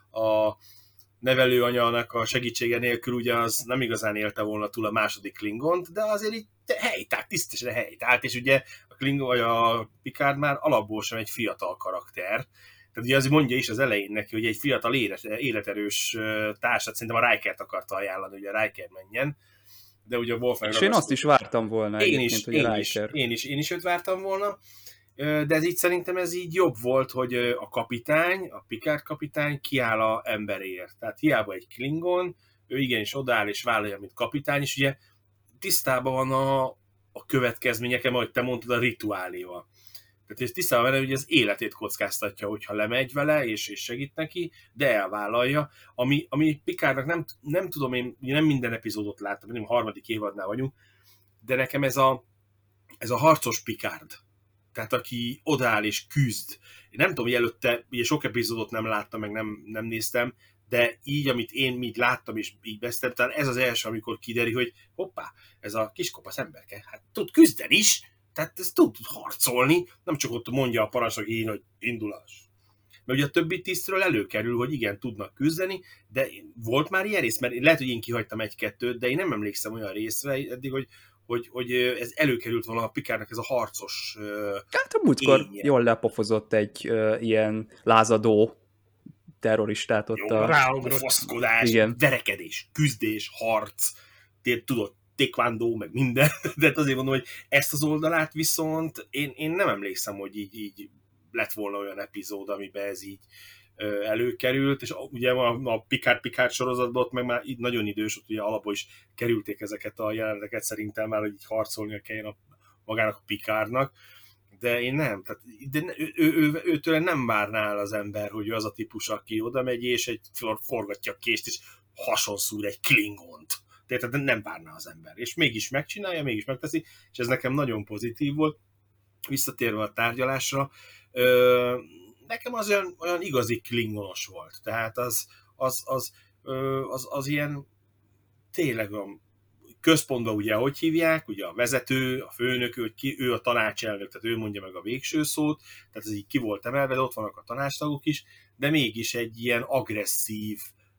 a nevelőanyának a segítsége nélkül ugye az nem igazán élte volna túl a második Klingont, de azért így helytált, tisztesen helytált, és ugye a Klingon, vagy a Picard már alapból sem egy fiatal karakter. Tehát ugye azért mondja is az elején neki, hogy egy fiatal élet, életerős társat, szerintem a Rikert akarta ajánlani, hogy a Riker menjen, de ugye a Wolfgang... És én azt is vártam volna én is, hogy én a is, Riker. én is, én is őt vártam volna, de ez így szerintem ez így jobb volt, hogy a kapitány, a Picard kapitány kiáll a emberéért. Tehát hiába egy Klingon, ő igenis odaáll és vállalja, mint kapitány, és ugye tisztában van a, a következményekkel, ahogy te mondtad, a rituáléval. Tehát ez tisztában van, hogy az életét kockáztatja, hogyha lemegy vele, és, és segít neki, de elvállalja. Ami, ami Picardnak nem, nem tudom, én nem minden epizódot láttam, nem a harmadik évadnál vagyunk, de nekem ez a, ez a harcos Picard, tehát aki odaáll és küzd. Én nem tudom, hogy előtte, ugye sok epizódot nem láttam, meg nem, nem néztem, de így, amit én így láttam és így beszéltem, talán ez az első, amikor kiderül, hogy hoppá, ez a kiskopasz emberke, hát tud küzdeni is, tehát ez tud harcolni, nem csak ott mondja a parancsnok így, hogy indulás. Mert ugye a többi tisztről előkerül, hogy igen, tudnak küzdeni, de volt már ilyen rész, mert lehet, hogy én kihagytam egy-kettőt, de én nem emlékszem olyan részre eddig, hogy Hogy, hogy ez előkerült volna a Picardnak ez a harcos Hát a múltkor énje. jól lepofozott egy uh, ilyen lázadó terroristát ott Jó, a... ráugrott. foszkodás, Igen. verekedés, küzdés, harc, tényleg tudod, taekwondo, meg minden, de hát azért mondom, hogy ezt az oldalát viszont én, én nem emlékszem, hogy így, így lett volna olyan epizód, amiben ez így előkerült, és ugye a Picard-Picard sorozatban ott meg már így nagyon idős, ott ugye alapból is kerülték ezeket a jeleneteket szerintem már, hogy így harcolnia kelljen a, magának a Picardnak, de én nem, tehát de ő, ő, ő, őtől nem várná el az ember, hogy ő az a típus, aki oda megy, és egy forgatja a kést, és hasonszúr egy Klingont. Tehát nem várná az ember. És mégis megcsinálja, mégis megteszi, és ez nekem nagyon pozitív volt. Visszatérve a tárgyalásra, ö, nekem az olyan, olyan igazi klingonos volt. Tehát az, az, az, az, az ilyen tényleg a központban ugye, hogy hívják, ugye a vezető, a főnök, ő, ki, ő a tanácselnök, tehát ő mondja meg a végső szót, tehát ez így ki volt emelve, de ott vannak a tanácstagok is, de mégis egy ilyen agresszív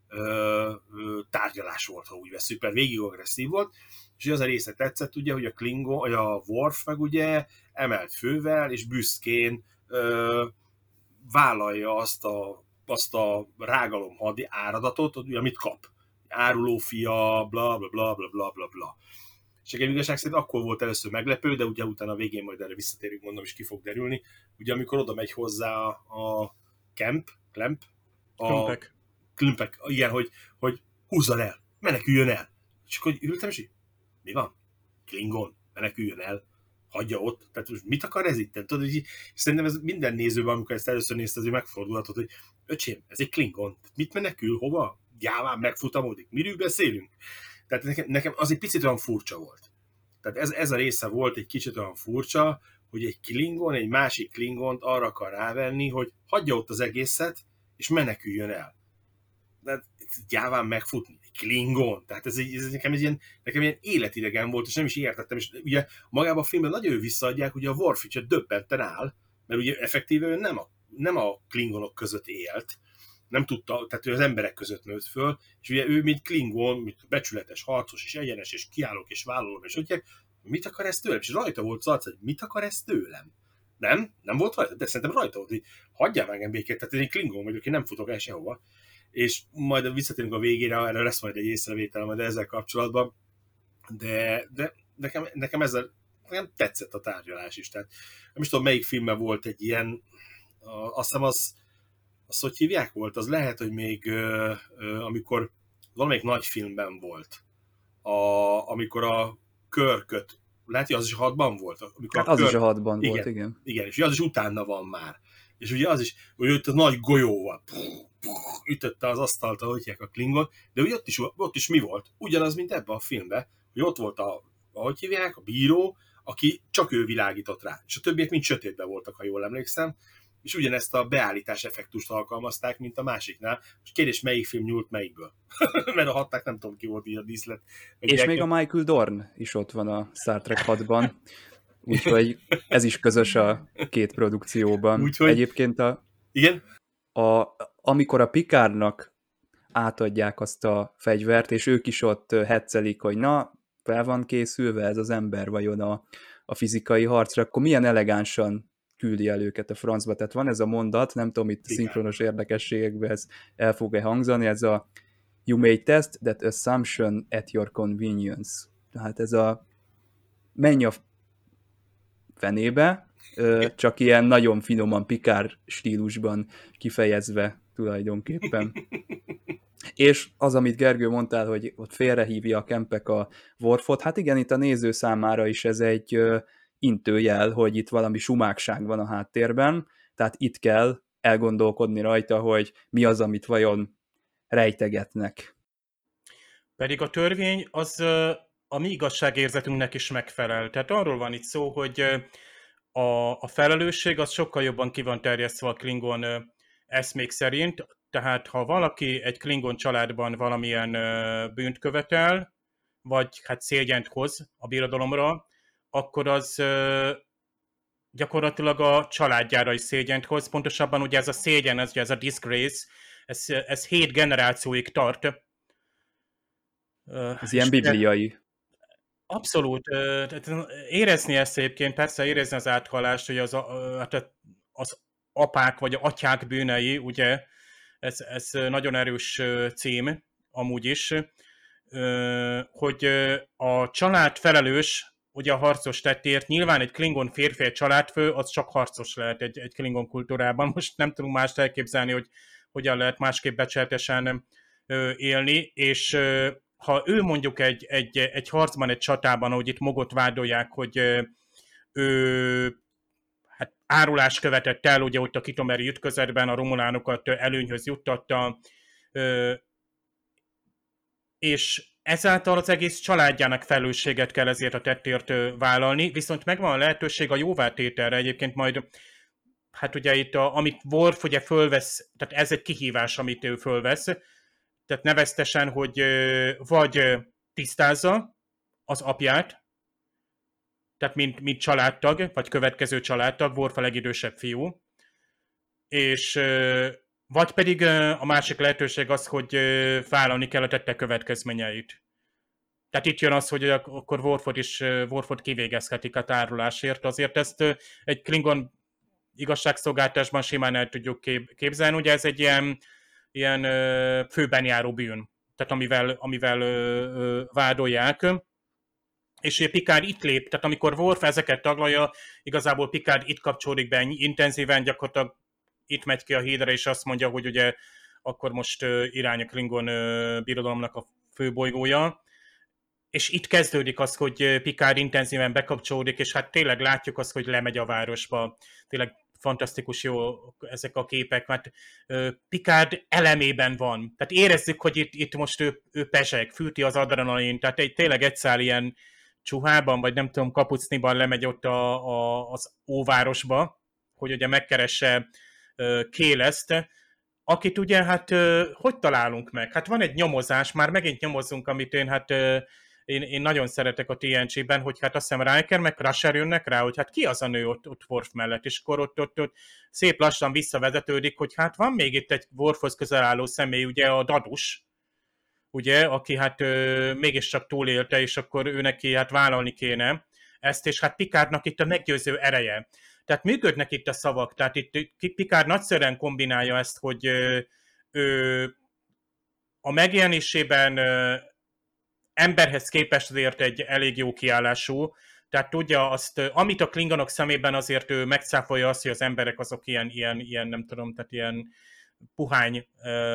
ö, ö, tárgyalás volt, ha úgy veszük, mert végig agresszív volt, és az a része tetszett, ugye, hogy a Klingon, vagy a Worf meg ugye emelt fővel, és büszkén ö, vállalja azt a, azt a rágalom hadi áradatot, amit kap. Árulófia, bla bla bla bla bla bla bla. És egy igazság szerint akkor volt először meglepő, de ugye utána a végén majd erre visszatérünk, mondom, és ki fog derülni. Ugye amikor oda megy hozzá a Kemp, Klemp, a Klumpek. Klumpek, igen, hogy, hogy húzzal el, meneküljön el. És akkor ültem, és így, mi van? Klingon, meneküljön el, hagyja ott. Tehát most mit akar ez itt? Tudod, hogy szerintem ez minden nézőben, amikor ezt először nézte, azért megfordulhatott, hogy öcsém, ez egy Klingon. Mit menekül, hova? Gyáván megfutamodik. Miről beszélünk? Tehát nekem, nekem az egy picit olyan furcsa volt. Tehát ez, ez a része volt egy kicsit olyan furcsa, hogy egy Klingon, egy másik Klingont arra akar rávenni, hogy hagyja ott az egészet, és meneküljön el. De gyáván megfutni. Egy Klingon. Tehát ez, egy, ez nekem, egy ilyen, nekem ilyen életidegen volt, és nem is értettem. És ugye magában a filmben nagyon visszaadják, ugye a Worf is döbbenten áll, mert ugye effektíve ő nem a, nem a Klingonok között élt, nem tudta, tehát ő az emberek között nőtt föl, és ugye ő, mint Klingon, mint becsületes, harcos, és egyenes, és kiállok, és vállalom, és úgy, mit akar ez tőlem? És rajta volt az arc, hogy mit akar ez tőlem? Nem? Nem volt rajta? De szerintem rajta volt, hogy hagyjál meg engem békét, tehát én Klingon vagyok, én nem futok el sehova. És majd visszatérünk a végére, erre lesz majd egy észrevétel majd ezzel kapcsolatban, de, de nekem, nekem ezzel nekem tetszett a tárgyalás is. Tehát nem is tudom, melyik filmben volt egy ilyen, azt hiszem az azt hogy hívják volt, az lehet, hogy még ö, ö, amikor valamelyik nagy filmben volt, a, amikor a Körköt, lehet, hogy az is a hatban volt? Amikor Hát a az Körk, is a hatban igen, volt, igen. Igen, és az is utána van már. És ugye az is, hogy ott a nagy golyóval ütötte az asztalt, ahogy hívják a Klingon, de ugye ott is, ott is mi volt? Ugyanaz, mint ebben a filmben, hogy ott volt a, ahogy hívják, a bíró, aki csak ő világított rá. És a többiek mind sötétben voltak, ha jól emlékszem, és ugyanezt a beállítás effektust alkalmazták, mint a másiknál. És kérdés, melyik film nyúlt melyikből? Mert a hatták nem tudom, ki volt így a díszlet. És még a Michael Dorn is ott van a Star Trek hatban, úgyhogy ez is közös a két produkcióban. Úgyhogy... Egyébként a, Igen? a, amikor a Picardnak átadják azt a fegyvert, és ők is ott heccelik, hogy na, fel van készülve ez az ember vajon a, a fizikai harcra, akkor milyen elegánsan küldi el őket a francba. Tehát van ez a mondat, nem tudom, itt a szinkronos érdekességekben ez el fog-e hangzani, ez a you may test that assumption at your convenience. Tehát ez a menj a fenébe, csak ilyen nagyon finoman Picard stílusban kifejezve tulajdonképpen. És az, amit Gergő mondtál, hogy ott félrehívja a Kempek a Worfot, hát igen, itt a néző számára is ez egy intőjel, hogy itt valami sumákság van a háttérben, tehát itt kell elgondolkodni rajta, hogy mi az, amit vajon rejtegetnek. Pedig a törvény az a mi igazságérzetünknek is megfelel. Tehát arról van itt szó, hogy a, a felelősség az sokkal jobban ki van terjesztve a Klingon eszmék szerint, tehát ha valaki egy Klingon családban valamilyen bűnt követel, vagy hát szégyent hoz a birodalomra, akkor az gyakorlatilag a családjára is szégyent hoz. Pontosabban ugye ez a szégyen, ez, ez a disgrace, ez, ez hét generációig tart. Ez ilyen bibliai. Abszolút. Érezni ezt egyébként, persze érezni az áthallást, hogy az, az apák vagy atyák bűnei, ugye, ez, ez nagyon erős cím, amúgy is, hogy a család felelős, ugye a harcos tettért, nyilván egy Klingon férfi, egy családfő, az csak harcos lehet egy, egy Klingon kultúrában. Most nem tudunk mást elképzelni, hogy hogyan lehet másképp becsületesen élni, és ha ő mondjuk egy, egy, egy harcban, egy csatában, ahogy itt Mogot vádolják, hogy ő hát árulást követett el, ugye ott a kitomeri ütközetben a romulánokat előnyhöz juttatta, és ezáltal az egész családjának felelősséget kell ezért a tettért vállalni, viszont megvan a lehetőség a jóvátételre egyébként majd, hát ugye itt, a, amit Worf ugye fölvesz, tehát ez egy kihívás, amit ő fölvesz, tehát neveztesen, hogy vagy tisztázza az apját, tehát mint, mint családtag, vagy következő családtag, Worf a legidősebb fiú, és vagy pedig a másik lehetőség az, hogy vállalni kell a tette következményeit. Tehát itt jön az, hogy akkor Worfot is Worfot kivégezhetik a tárolásért, azért ezt egy Klingon igazságszolgáltatásban simán el tudjuk képzelni, ugye ez egy ilyen ilyen ö, főben járó bűn, tehát amivel, amivel ö, ö, vádolják. És ugye Picard itt lép, tehát amikor Worf ezeket taglalja, igazából Picard itt kapcsolódik be intenzíven, gyakorlatilag itt megy ki a hídra, és azt mondja, hogy ugye akkor most ö, irány a Klingon ö, birodalomnak a főbolygója. És itt kezdődik az, hogy Picard intenzíven bekapcsolódik, és hát tényleg látjuk azt, hogy lemegy a városba. Tényleg fantasztikus jó ezek a képek, mert Picard elemében van. Tehát érezzük, hogy itt, itt most ő, ő pezseg, fűti az adrenalin, tehát egy, tényleg egy szál ilyen csuhában, vagy nem tudom, kapucniban lemegy ott a, a, az óvárosba, hogy ugye megkeresse Kéleszt, akit ugye, hát hogy találunk meg? Hát van egy nyomozás, már megint nyomozunk, amit én hát Én, én nagyon szeretek a té en gé-ben, hogy hát azt hiszem Riker meg Crusher jönnek rá, hogy hát ki az a nő ott, ott Worf mellett, és akkor ott, ott, ott szép lassan visszavezetődik, hogy hát van még itt egy Worfhoz közel álló személy, ugye a Dadus, ugye, aki hát ö, mégiscsak túlélte, és akkor ő neki hát vállalni kéne ezt, és hát Picardnak itt a meggyőző ereje. Tehát működnek itt a szavak, tehát itt Picard nagyszerűen kombinálja ezt, hogy ö, ö, a megjelenésében ö, emberhez képest azért egy elég jó kiállású, tehát tudja azt, amit a Klingonok szemében azért ő megcáfolja azt, hogy az emberek azok ilyen, ilyen, ilyen nem tudom, tehát ilyen puhány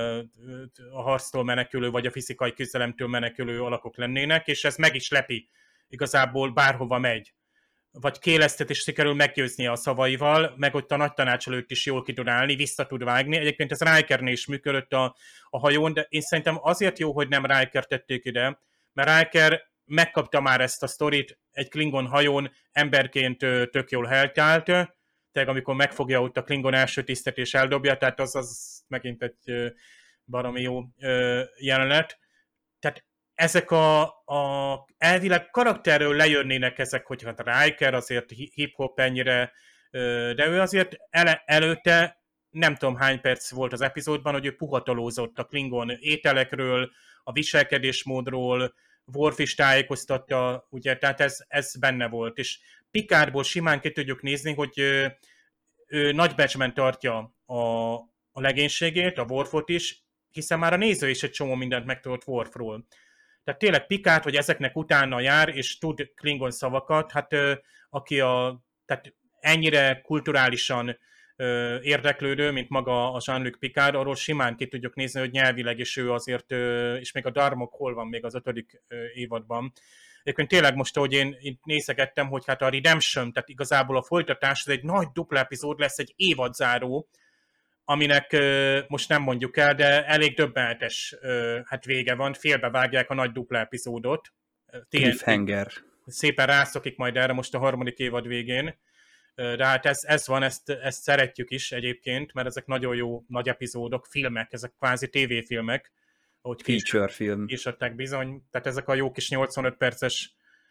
a harctól menekülő, vagy a fizikai küzdelemtől menekülő alakok lennének, és ez meg is lepi igazából bárhova megy. Vagy Kélesztet is sikerül meggyőznie a szavaival, meg ott a nagy tanács előtt is jól ki tud állni, vissza tud vágni. Egyébként ez Rikernél is működött a, a hajón, de én szerintem azért jó, hogy nem Riker tették ide, mert Riker megkapta már ezt a sztorit egy Klingon hajón, emberként tök jól helytált, tehát amikor megfogja ott a Klingon első tisztet és eldobja, tehát az, az megint egy baromi jó jelenet. Tehát ezek a, a elvileg karakterről lejönnének ezek, hogy hát a Riker azért hip-hop ennyire, de ő azért ele, előtte nem tudom hány perc volt az epizódban, hogy ő puhatolózott a Klingon ételekről, a viselkedésmódról, Worf is tájékoztatta, ugye, tehát ez, ez benne volt, és Picardból simán ki tudjuk nézni, hogy ő, ő nagy becsben tartja a, a legénységét, a Worfot is, hiszen már a néző is egy csomó mindent megtudott Worfról. Tehát tényleg Picard, hogy ezeknek utána jár, és tud Klingon szavakat, hát aki a, tehát ennyire kulturálisan ö, érdeklődő, mint maga a Jean-Luc Picard, arról simán ki tudjuk nézni, hogy nyelvileg is ő azért, ö, és még a Darmok hol van még az ötödik ö, évadban. Egyébként tényleg most, ahogy én, én nézegettem, hogy hát a Redemption, tehát igazából a folytatás, ez egy nagy dupla epizód lesz, egy évadzáró, aminek ö, most nem mondjuk el, de elég döbbenetes ö, hát vége van, félbevágják a nagy dupla epizódot. Cliffhanger. Szépen rászokik majd erre most a harmadik évad végén. De hát ez, ez van, ezt, ezt szeretjük is egyébként, mert ezek nagyon jó nagy epizódok, filmek, ezek kvázi tévéfilmek. Ahogy Feature film. És adták bizony, tehát ezek a jó kis nyolcvanöt perces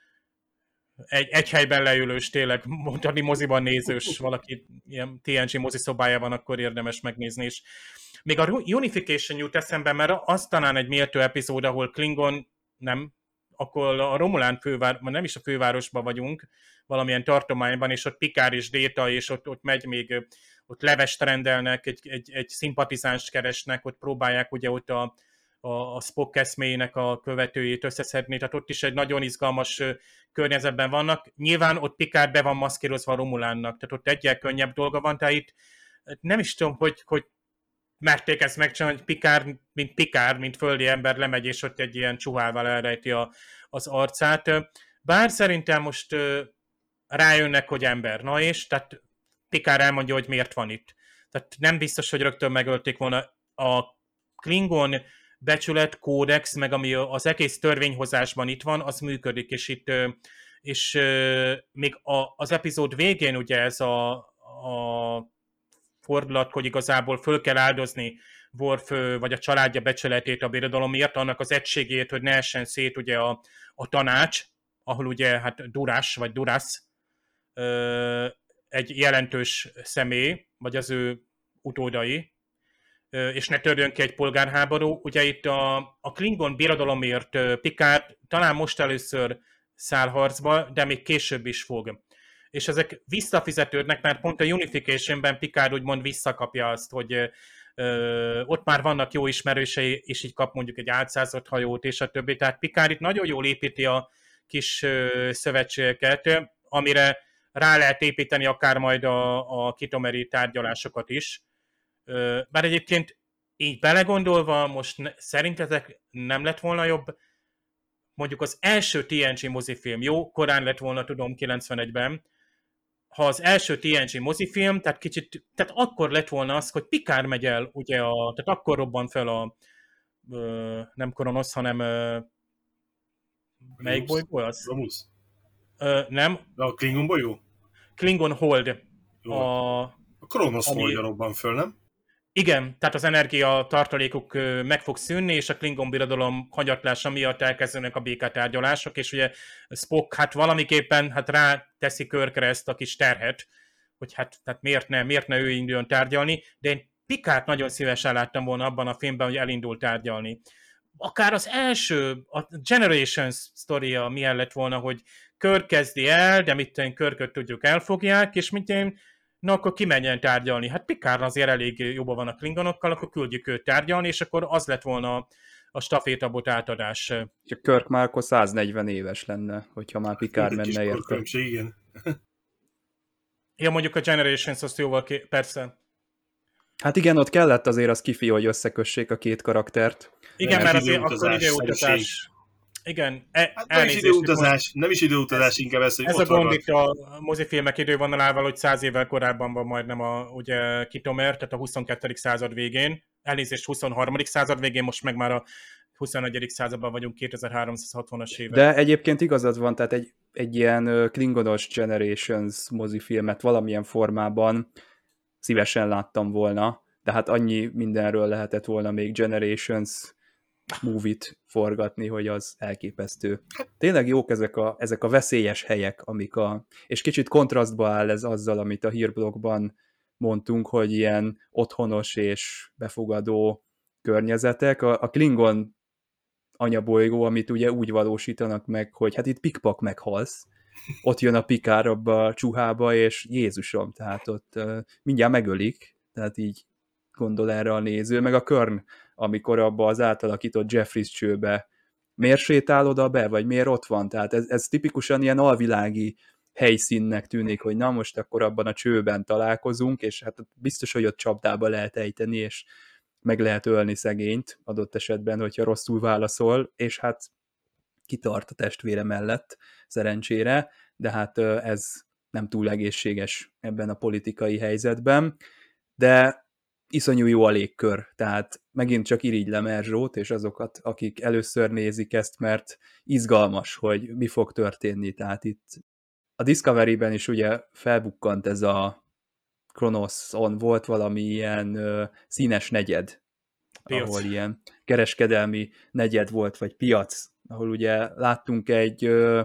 egy, egy helyben leülős, tényleg mondani moziban nézős, valaki ilyen té en gé moziszobája van, akkor érdemes megnézni. És még a Unification jut eszembe, mert az talán egy méltó epizód, ahol Klingon nem, akkor a Romulán főváros, nem is a fővárosban vagyunk, valamilyen tartományban, és ott Picard és Data, és ott, ott megy még, ott levest rendelnek, egy, egy, egy szimpatizánst keresnek, ott próbálják ugye ott a, a, a Spock eszméjének a követőjét összeszedni, tehát ott is egy nagyon izgalmas környezetben vannak. Nyilván ott Picard be van maszkírozva a Romulánnak, tehát ott egyel könnyebb dolga van, tehát itt nem is tudom, hogy, hogy merték ezt megcsinálni, hogy Picard, mint Picard, mint földi ember lemegy, és ott egy ilyen csuhával elrejti a, az arcát. Bár szerintem most rájönnek, hogy ember. Na és, tehát Picard elmondja, hogy miért van itt. Tehát nem biztos, hogy rögtön megölték volna. A Klingon becsület, kódex, meg ami az egész törvényhozásban itt van, az működik, és itt és még az epizód végén ugye ez a, a fordulat, hogy igazából föl kell áldozni Worf vagy a családja becsületét a birodalomért, annak az egységét, hogy ne essen szét ugye a, a tanács, ahol ugye hát Duras vagy Duras egy jelentős személy, vagy az ő utódai, és ne törjön ki egy polgárháború. Ugye itt a, a Klingon birodalomért Picard talán most először száll harcba, de még később is fog. És ezek visszafizetődnek, mert pont a Unificationben Picard úgymond visszakapja azt, hogy ö, ott már vannak jó ismerősei, és így kap mondjuk egy álcázott hajót, és a többi. Tehát Picard itt nagyon jól építi a kis ö, szövetségeket, amire rá lehet építeni akár majd a, a kitomeri tárgyalásokat is. Ö, bár egyébként így belegondolva, most ne, szerintetek nem lett volna jobb, mondjuk az első té en gé mozifilm, jó, korán lett volna, tudom, kilencvenegyben, ha az első té en gé mozifilm, tehát kicsit, tehát akkor lett volna az, hogy Picard megy el, ugye, a, tehát akkor robban fel a, ö, nem Kronosz, hanem ö, melyik bolygó az? Romulus. Ö, nem. De a Klingon bolyó? Klingon Hold. Jó. A, a Kronosz ami... Holdja robban föl, nem? Igen, tehát az energia tartalékuk meg fog szűnni, és a Klingon birodalom hanyatlása miatt elkezdődnek a béketárgyalások, és ugye Spock hát valamiképpen hát rá teszi Kirkre ezt a kis terhet, hogy hát tehát miért ne, miért ne ő induljon tárgyalni, de én Picard nagyon szívesen láttam volna abban a filmben, hogy elindult tárgyalni. Akár az első, a Generations sztoria milyen lett volna, hogy Kirk kezdi el, de mit tenni, Kirköt tudjuk elfogják, és mint én, na akkor kimenjen tárgyalni. Hát Picard azért elég jobban van a klingonokkal, akkor küldjük őt tárgyalni, és akkor az lett volna a stafétabot átadás. És a Kirk már akkor száznegyven éves lenne, hogyha már Picard menne érte. Igen. Ja, mondjuk a Generations azt jóval ké... persze. Hát igen, ott kellett azért az kifi, hogy összekössék a két karaktert. Igen, Nem mert is azért időutazás, akkor időutazás. Igen, e, Hát nem is elnézést, időutazás, nem is időutazás, Ez- inkább ez, hogy Ez a ott gond ragad. itt a mozifilmek idővonalával, hogy száz évvel korábban van majdnem a ugye, Kitomer, tehát a huszonkettedik század végén, elnézést huszonharmadik század végén, most meg már a huszonegyedik században vagyunk, kétezer-háromszázhatvanas évek. De egyébként igazad van, tehát egy, egy ilyen ö, Klingonos Generations mozifilmet valamilyen formában szívesen láttam volna, de hát annyi mindenről lehetett volna még Generations movie-t forgatni, hogy az elképesztő. Tényleg jók ezek a, ezek a veszélyes helyek, amik a... És kicsit kontrasztba áll ez azzal, amit a hírblogban mondtunk, hogy ilyen otthonos és befogadó környezetek. A, a Klingon anyabolygó, amit ugye úgy valósítanak meg, hogy hát itt pikpak meghalsz, ott jön a Pikár abba a csuhába, és Jézusom, tehát ott uh, mindjárt megölik, tehát így gondol erre a néző, meg a Körn, amikor abba az átalakított Jeffries csőbe miért sétál oda be, vagy miért ott van, tehát ez, ez tipikusan ilyen alvilági helyszínnek tűnik, hogy na most akkor abban a csőben találkozunk, és hát biztos, hogy ott csapdába lehet ejteni, és meg lehet ölni szegényt adott esetben, hogyha rosszul válaszol, és hát kitart a testvére mellett, szerencsére, de hát ez nem túl egészséges ebben a politikai helyzetben, de iszonyú jó a légkör, tehát megint csak irigylem Erzsót, és azokat, akik először nézik ezt, mert izgalmas, hogy mi fog történni, tehát itt a Discovery-ben is ugye felbukkant ez a Kronoszon, volt valami ilyen ö, színes negyed, Piac. ahol ilyen kereskedelmi negyed volt, vagy piac, ahol ugye láttunk egy ö,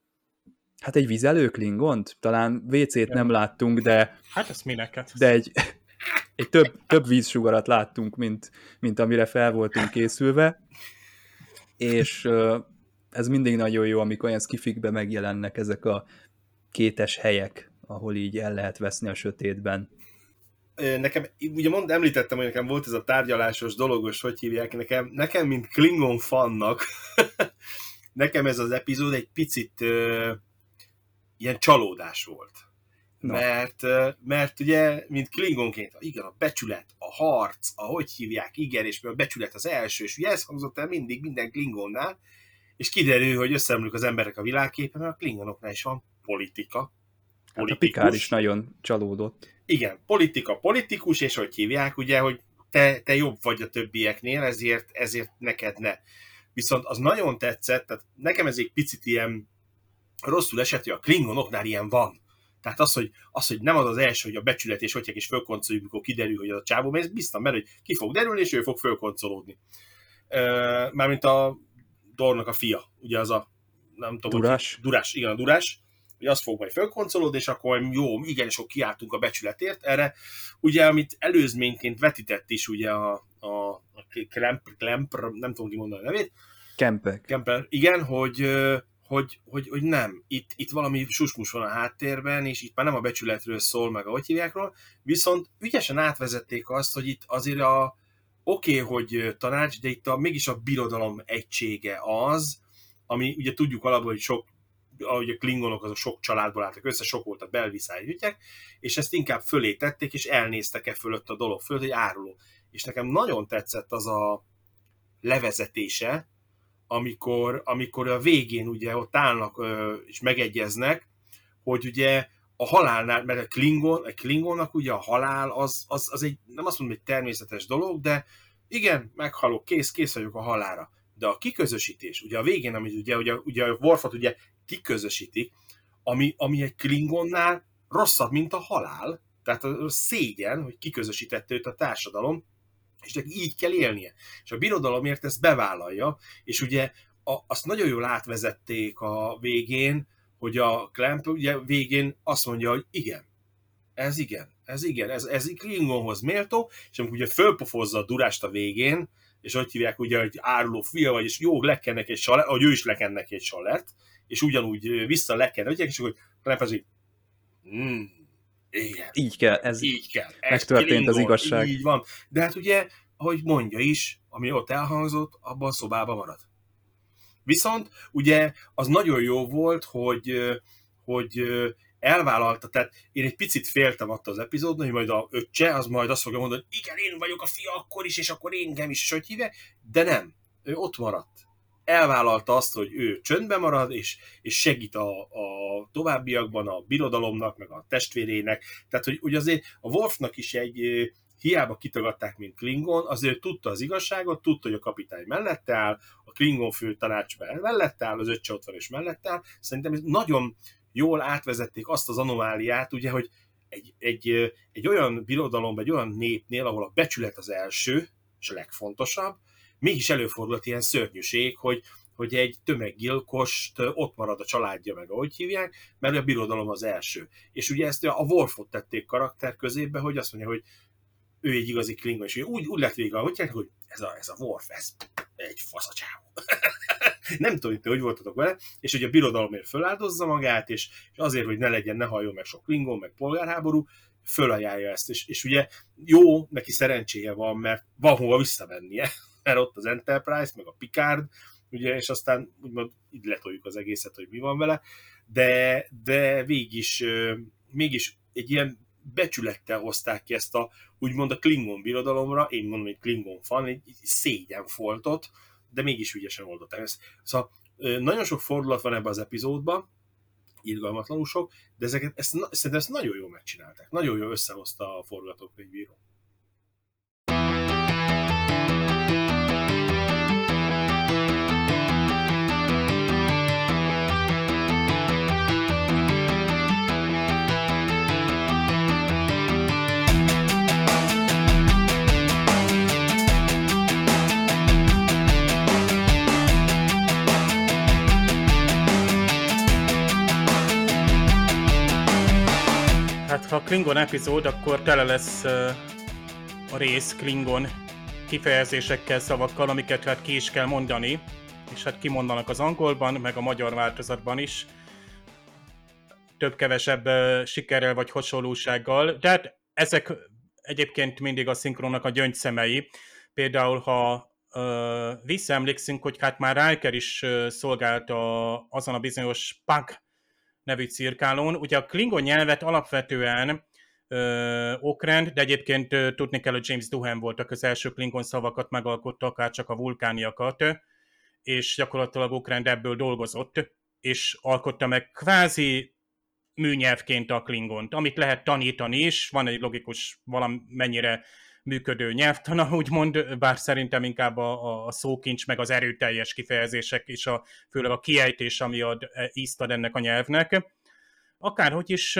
hát egy vizelő klingont, talán vé cét nem láttunk, de, Hát ez mineket? de egy, egy több, több vízsugarat láttunk, mint, mint amire fel voltunk készülve, és ö, ez mindig nagyon jó, amikor olyan skifikbe megjelennek ezek a kétes helyek, ahol így el lehet veszni a sötétben. Nekem, ugye mond, említettem, hogy nekem volt ez a tárgyalásos dologos, hogy hívják, nekem, nekem mint Klingon fannak, nekem ez az epizód egy picit uh, ilyen csalódás volt. Na. Mert, uh, mert ugye, mint Klingonként, igen, a becsület, a harc, a hogy hívják, igen, és a becsület az első, és ugye ez hangzott el mindig minden Klingonnál, és kiderül, hogy összeomlik az emberek a világképe, mert a Klingonoknál is van politika. Hát a Pikár is nagyon csalódott. Igen, politika, politikus, és hogy hívják, ugye, hogy te, te jobb vagy a többieknél, ezért, ezért neked ne. Viszont az nagyon tetszett, tehát nekem ez egy picit ilyen rosszul esett, hogy a Klingonoknál ilyen van. Tehát az, hogy, az, hogy nem az az első, hogy a becsület és hogyják is fölkoncoljuk, mikor kiderül, hogy az a csávó, mert ez biztos, mert hogy ki fog derülni, és ő fog fölkoncolódni. Mármint a Dornak a fia, ugye az a, nem tudom, Durás. Hogy, Durás, igen, a Durás, hogy az fog majd fölkoncolódni, és akkor jó, igen, sok kiálltunk a becsületért. Erre, ugye, amit előzményként vetített is, ugye a, a, a Klemper, Klemper, nem tudom kimondani a nevét. Kempek. Kemper, igen, hogy, hogy, hogy, hogy nem, itt, itt valami susmus van a háttérben, és itt már nem a becsületről szól, meg ahogy hívjákról, viszont ügyesen átvezették azt, hogy itt azért a oké, okay, hogy tanács, de itt a, mégis a birodalom egysége az, ami ugye tudjuk alapból, hogy sok, ahogy a klingonok azok sok családból álltak össze, sok volt a belviszály ügyek, és ezt inkább fölé tették, és elnéztek-e fölött a dolog fölött, hogy áruló. És nekem nagyon tetszett az a levezetése, amikor, amikor a végén ugye ott állnak ö, és megegyeznek, hogy ugye a halálnál, mert a Klingon, a Klingonnak ugye a halál az, az, az egy, nem azt mondom, hogy természetes dolog, de igen, meghalok, kész, kész vagyok a halálra. De a kiközösítés, ugye a végén, amit ugye, ugye, ugye a Worfot ugye kiközösítik, ami, ami egy Klingonnál rosszabb, mint a halál, tehát a szégyen, hogy kiközösítette őt a társadalom, és neki így kell élnie. És a birodalomért ezt bevállalja, és ugye a, azt nagyon jól átvezették a végén, hogy a Clamp ugye végén azt mondja, hogy igen, ez igen, ez igen, ez, ez Klingonhoz méltó, és amikor ugye fölpofozza a Durást a végén, és hogy hívják ugye, hogy áruló fia vagy, és jó, lekennek egy salert, ahogy ő is lekennek egy salert, és ugyanúgy vissza lekennek, és akkor Clamp az így, mm, igen. Így kell, ez így kell. megtörtént Klingon, az igazság. Így van. De hát ugye, ahogy mondja is, ami ott elhangzott, abban a szobában marad. Viszont ugye az nagyon jó volt, hogy, hogy elvállalta, tehát én egy picit féltem attól az epizódon, hogy majd a öccse, az majd azt fogja mondani, hogy igen, én vagyok a fia akkor is, és akkor engem is, és hogy hívják, de nem, ő ott maradt. Elvállalta azt, hogy ő csöndben marad, és, és segít a, a továbbiakban a birodalomnak, meg a testvérének. Tehát, hogy, hogy azért a Worfnak is egy, hiába kitagadták, mint Klingon, azért tudta az igazságot, tudta, hogy a kapitány mellette áll, a Klingon fő tanácsban mellette áll, az öccse ott van és mellette áll. Szerintem ez nagyon jól átvezették azt az anomáliát, ugye, hogy egy, egy, egy olyan birodalomban, egy olyan népnél, ahol a becsület az első, és a legfontosabb, mégis előfordult ilyen szörnyűség, hogy, hogy egy tömeggyilkost ott marad a családja, meg ahogy hívják, mert a birodalom az első. És ugye ezt a Worfot tették karakter közébe, hogy azt mondja, hogy ő egy igazi Klingon, és úgy, úgy lett vége, hogy, hogy ez a, ez a Worf, ez egy faszacsávó. Nem tudom, hogy te hogy voltatok vele, és hogy a birodalomért föláldozza magát, és, és azért, hogy ne legyen, ne halljon meg sok Klingon, meg polgárháború, fölajánlja ezt, és, és ugye jó, neki szerencséje van, mert van hova visszamennie, mert ott az Enterprise, meg a Picard, ugye, és aztán úgymond így letoljuk az egészet, hogy mi van vele, de, de végig mégis egy ilyen becsülettel hozták ki ezt a, úgymond a Klingon birodalomra, én mondom, hogy Klingon fan, egy szégyenfoltot, de mégis ügyesen oldották ezt. Szóval nagyon sok fordulat van ebben az epizódban, irgalmatlanul sok, de ezeket, ezt, szerintem ezt nagyon jól megcsinálták. Nagyon jól összehozta a forgatókönyvíró. Hát ha Klingon epizód, akkor tele lesz uh, a rész Klingon kifejezésekkel, szavakkal, amiket hát ki is kell mondani, és hát kimondanak az angolban, meg a magyar változatban is, több-kevesebb uh, sikerrel vagy hasonlósággal, de hát ezek egyébként mindig a szinkronnak a gyöngyszemei. Például, ha uh, visszaemlékszünk, hogy hát már Riker is uh, szolgált a, azon a bizonyos Pug nevű cirkálón. Ugye a Klingon nyelvet alapvetően ö, Okrend, de egyébként ö, tudni kell, hogy James Doohan volt az első Klingon szavakat megalkotta, akár csak a vulkániakat, és gyakorlatilag Okrend ebből dolgozott, és alkotta meg kvázi műnyelvként a Klingont, amit lehet tanítani is, van egy logikus valamennyire működő nyelvtana, úgymond, bár szerintem inkább a, a szókincs, meg az erőteljes kifejezések, és a, főleg a kiejtés, ami ad, ízt ad ennek a nyelvnek. Akárhogy is,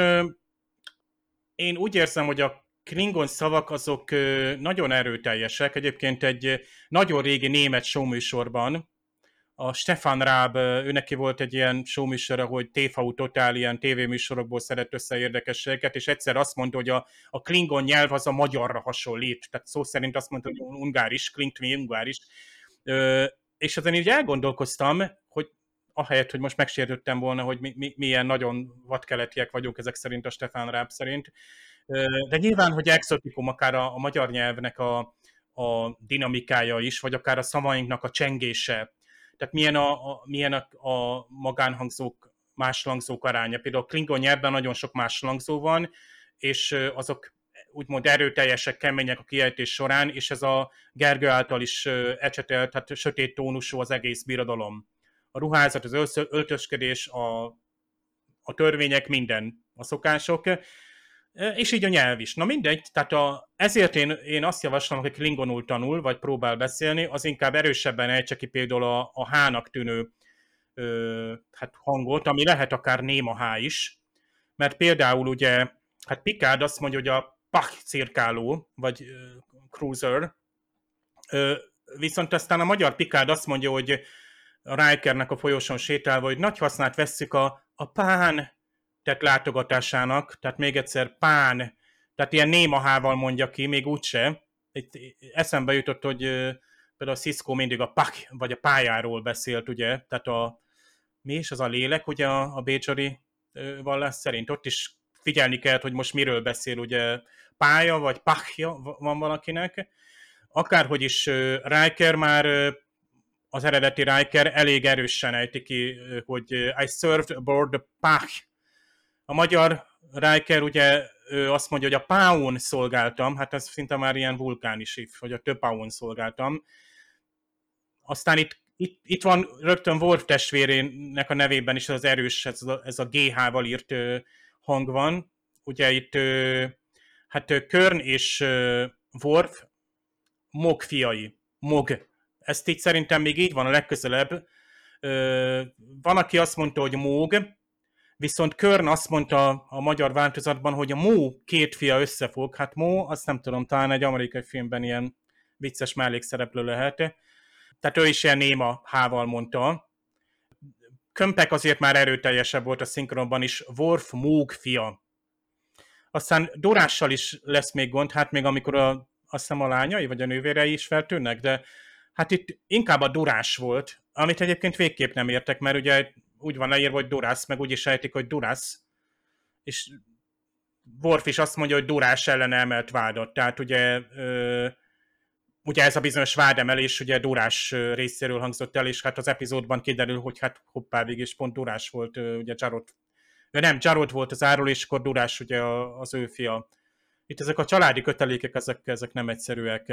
én úgy érzem, hogy a Klingon szavak azok nagyon erőteljesek. Egyébként egy nagyon régi német showműsorban, a Stefan Raab, ő neki volt egy ilyen showműsor, hogy té vé Totál ilyen tévéműsorokból szedett össze érdekességeket, és egyszer azt mondta, hogy a, a Klingon nyelv az a magyarra hasonlít. Tehát szó szerint azt mondta, hogy ungáris, klingt mi ungáris. Ö, és ezen így elgondolkoztam, hogy ahelyett, hogy most megsértődtem volna, hogy mi, mi, milyen nagyon vadkeletiek vagyunk ezek szerint a Stefan Raab szerint. Ö, de nyilván, hogy exotikum akár a, a magyar nyelvnek a, a dinamikája is, vagy akár a szavainknak a csengése. Tehát milyen a, a, milyen a, a magánhangzók, máslangzók aránya. Például a Klingon nyelvben nagyon sok máslangzó van, és azok úgymond erőteljesek, kemények a kiejtés során, és ez a Gergő által is ecsetelt, tehát sötét tónusú az egész birodalom. A ruházat, az öltözködés, a, a törvények, minden, a szokások, és így a nyelv is. Na mindegy, tehát a, ezért én, én azt javaslom, hogy klingonul tanul, vagy próbál beszélni, az inkább erősebben ejtse ki például a, a H-nak tűnő ö, hát hangot, ami lehet akár néma H is, mert például ugye, hát Picard azt mondja, hogy a Pach cirkáló, vagy ö, cruiser, ö, viszont aztán a magyar Picard azt mondja, hogy a Rikernek a folyosón sétálva, hogy nagy hasznát vesszük a, a pán tehát látogatásának, tehát még egyszer pán, tehát ilyen néma H-val mondja ki, még úgyse. Itt eszembe jutott, hogy például a Cisco mindig a pak, vagy a pályáról beszélt, ugye, tehát a, mi is az a lélek, ugye a, a Bajori vallás szerint, ott is figyelni kell, hogy most miről beszél, ugye pálya, vagy pakja van valakinek. Akárhogy is Riker már, az eredeti Riker elég erősen ejti ki, hogy I served aboard the Pach, A magyar Riker ugye ő azt mondja, hogy a Paun szolgáltam, hát ez szinte már ilyen vulkáni síf, hogy a több Paun szolgáltam. Aztán itt, itt, itt van rögtön Worf testvérének a nevében is az erős, ez a, ez a gé há-val írt ö, hang van. Ugye itt ö, hát ö, Körn és ö, Worf Mog fiai. Mog. Ezt így szerintem még így van a legközelebb. Ö, van, aki azt mondta, hogy Mog, viszont Körn azt mondta a magyar változatban, hogy a Mo két fia összefog. Hát Mo, azt nem tudom, talán egy amerikai filmben ilyen vicces mellékszereplő lehet. Tehát ő is ilyen néma hával mondta. Kömpek azért már erőteljesebb volt a szinkronban is. Worf Moog fia. Aztán Dorással is lesz még gond, hát még amikor a, azt hiszem a lányai vagy a nővérei is feltűnnek, de hát itt inkább a Dorás volt, amit egyébként végképp nem értek, mert ugye úgy van leírva, hogy Dorász, meg úgy is sejtik, hogy Dorász, és Worf is azt mondja, hogy Dorás ellen emelt vádat. Tehát ugye, ö, ugye ez a bizonyos vádemelés ugye Dorás részéről hangzott el, és hát az epizódban kiderül, hogy hát hoppá, végig pont Dorás volt, ugye Jarod, nem, Jarod volt az árul, és akkor Dorás ugye az ő fia. Itt ezek a családi kötelékek, ezek, ezek nem egyszerűek.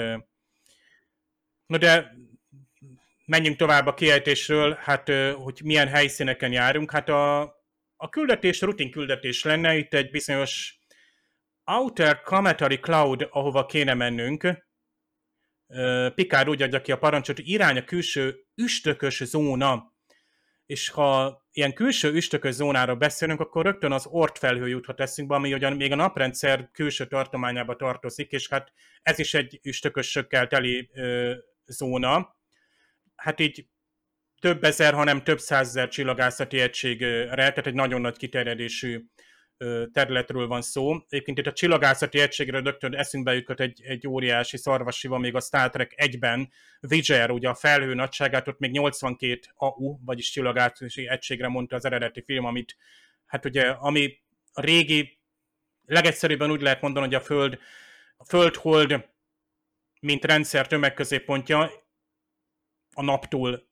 Na de menjünk tovább a kiejtésről, hát hogy milyen helyszíneken járunk. Hát a, a küldetés rutin küldetés lenne, itt egy bizonyos Outer Cometary Cloud, ahova kéne mennünk. Picard úgy adja ki a parancsot, hogy irány a külső üstökös zóna. És ha ilyen külső üstökös zónára beszélünk, akkor rögtön az Oort felhő juthat eszünkbe, ami ugyan még a naprendszer külső tartományába tartozik, és hát ez is egy üstökösökkel teli ö, zóna. Hát így több ezer, hanem több százezer csillagászati egységre, tehát egy nagyon nagy kiterjedésű területről van szó. Egyébként itt a csillagászati egységre rögtön eszünkbe jutott egy, egy óriási szarvasiva, még a Star Trek egyben, Voyager, ugye a felhő nagyságát, ott még nyolcvankét á u, vagyis csillagászati egységre mondta az eredeti film, amit, hát ugye, ami a régi, legegyszerűbben úgy lehet mondani, hogy a Föld, a Föld-Hold, mint rendszer tömegközéppontja, a naptól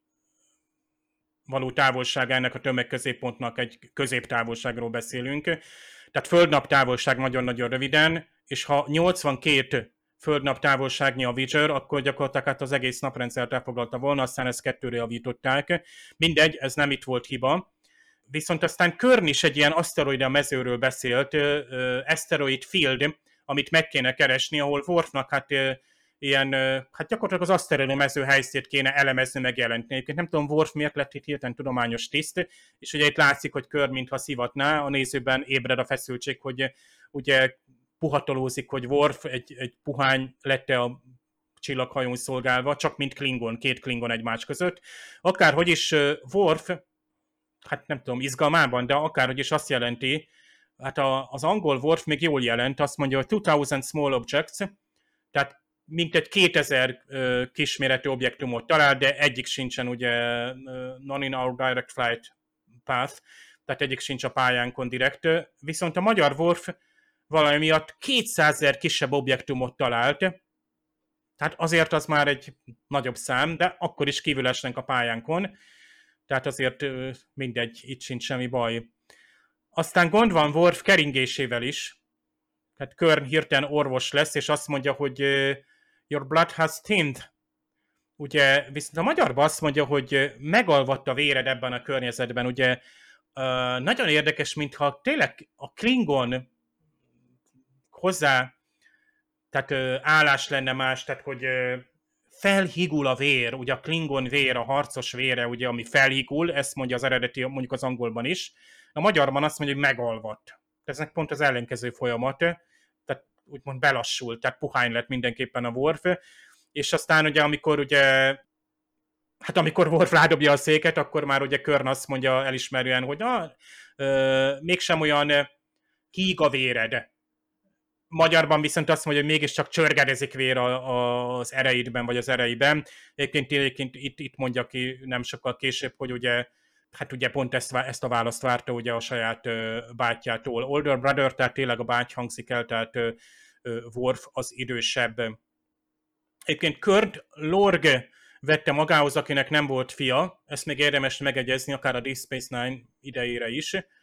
való távolsága ennek a tömegközéppontnak, egy középtávolságról beszélünk. Tehát földnap távolság nagyon-nagyon röviden, és ha nyolcvankét földnap távolságnyi a Voyager, akkor gyakorlatilag hát az egész naprendszert elfoglalta volna, aztán ezt kettőre javították. Mindegy, ez nem itt volt hiba. Viszont aztán Körn is egy ilyen aszteroida mezőről beszélt, asteroid field, amit meg kéne keresni, ahol Worfnak hát ilyen, hát gyakorlatilag az aszteroida mező helyszét kéne elemezni, megjelentni. Egyébként nem tudom, Worf miért lett itt hirtelen tudományos tiszt, és ugye itt látszik, hogy Körn mintha szivatná, a nézőben ébred a feszültség, hogy ugye puhatolózik, hogy Worf egy, egy puhány lette a csillaghajón szolgálva, csak mint Klingon, két Klingon egymás között. Akárhogy is Worf, hát nem tudom, izgalmában, de akárhogy is azt jelenti, hát a, az angol Worf még jól jelent, azt mondja, hogy kétezer small objects, tehát mintegy kétezer uh, kisméretű objektumot talál, de egyik sincsen ugye uh, non in our direct flight path, tehát egyik sincs a pályánkon direkt. Viszont a magyar Worf valami miatt kétszázezer kisebb objektumot talált, tehát azért az már egy nagyobb szám, de akkor is kívül esnek a pályánkon, tehát azért uh, mindegy, itt sincs semmi baj. Aztán gond van Worf keringésével is, tehát Körn hirtelen orvos lesz, és azt mondja, hogy uh, your blood has thinned. Ugye, viszont a magyarban azt mondja, hogy megalvadt a véred ebben a környezetben. Ugye uh, nagyon érdekes, mintha tényleg a Klingon hozzá, tehát uh, állás lenne más, tehát hogy uh, felhigul a vér, ugye a Klingon vér, a harcos vére, ugye, ami felhigul, ezt mondja az eredeti, mondjuk az angolban is. A magyarban azt mondja, hogy megalvadt. Ez pont az ellenkező folyamat, tehát úgymond belassult, tehát puhány lett mindenképpen a Worf, és aztán ugye amikor ugye, hát amikor Worf rádobja a széket, akkor már ugye Körn azt mondja elismerően, hogy ah, euh, mégsem olyan híg a véred. Magyarban viszont azt mondja, hogy mégiscsak csörgedezik vér a, a, az ereidben, vagy az ereiben. Egyébként, egyébként itt, itt mondja ki nem sokkal később, hogy ugye hát ugye pont ezt, ezt a választ várta ugye a saját uh, bátyjától. Older brother, tehát tényleg a báty hangzik el, tehát uh, Worf az idősebb. Egyébként Kurt Lorg vette magához, akinek nem volt fia, ezt még érdemes megegyezni, akár a Deep Space Nine idejére is.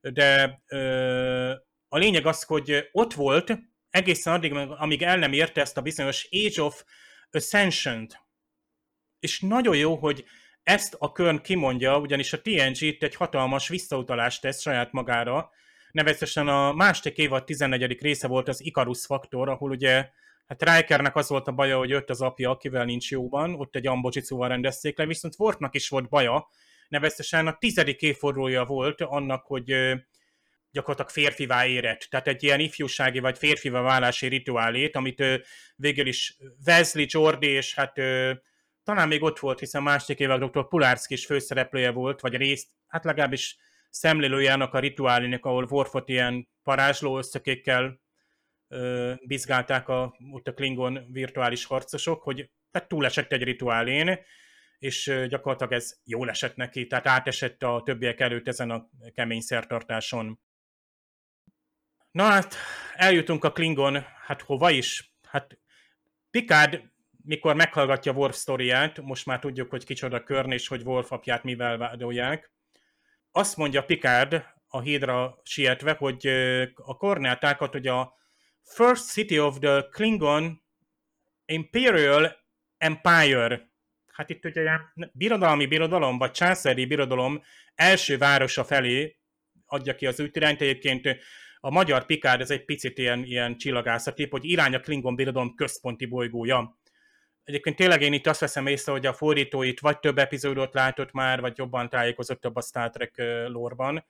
de ö, a lényeg az, hogy ott volt egészen addig, amíg el nem érte ezt a bizonyos Age of Ascension-t. És nagyon jó, hogy ezt a Kern kimondja, ugyanis a té en gé itt egy hatalmas visszautalást tesz saját magára, nevezetesen a második évad tizennegyedik része volt az Icarus faktor, ahol ugye hát Rikernek az volt a baja, hogy jött az apja, akivel nincs jóban, ott egy ambojitsuval rendezték le, viszont Worfnak is volt baja, nevezetesen a tizedik évfordulója volt annak, hogy gyakorlatilag férfivá érett. Tehát egy ilyen ifjúsági vagy férfivá válási rituálét, amit végül is Wesley, Geordi és hát talán még ott volt, hiszen második évek doktor Pulárszki is főszereplője volt, vagy részt, hát legalábbis szemlélője annak a rituálének, ahol Worfot ilyen parázsló összekékkel ö, bizgálták a, ott a Klingon virtuális harcosok, hogy tehát túlesett egy rituálén, és ö, gyakorlatilag ez jól esett neki, tehát átesett a többiek előtt ezen a kemény szertartáson. Na hát, eljutunk a Klingon, hát hova is? Hát Picard, mikor meghallgatja Worf sztoriát, most már tudjuk, hogy kicsoda Körn, és hogy Worf apját mivel vádolják. Azt mondja Picard a hídra sietve, hogy a kornátákat, hogy a First City of the Klingon Imperial Empire, hát itt ugye birodalmi birodalom, vagy császári birodalom első városa felé adja ki az útirányt. Egyébként a magyar Picard, ez egy picit ilyen, ilyen csillagászatép, hogy irány a Klingon birodalom központi bolygója. Egyébként tényleg én itt azt veszem észre, hogy a fordítóit vagy több epizódot látott már, vagy jobban tájékozottabb a Star Trek lore-ban.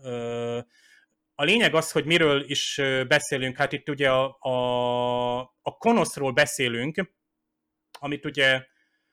A lényeg az, hogy miről is beszélünk, hát itt ugye a, a, a Konoszról beszélünk, amit ugye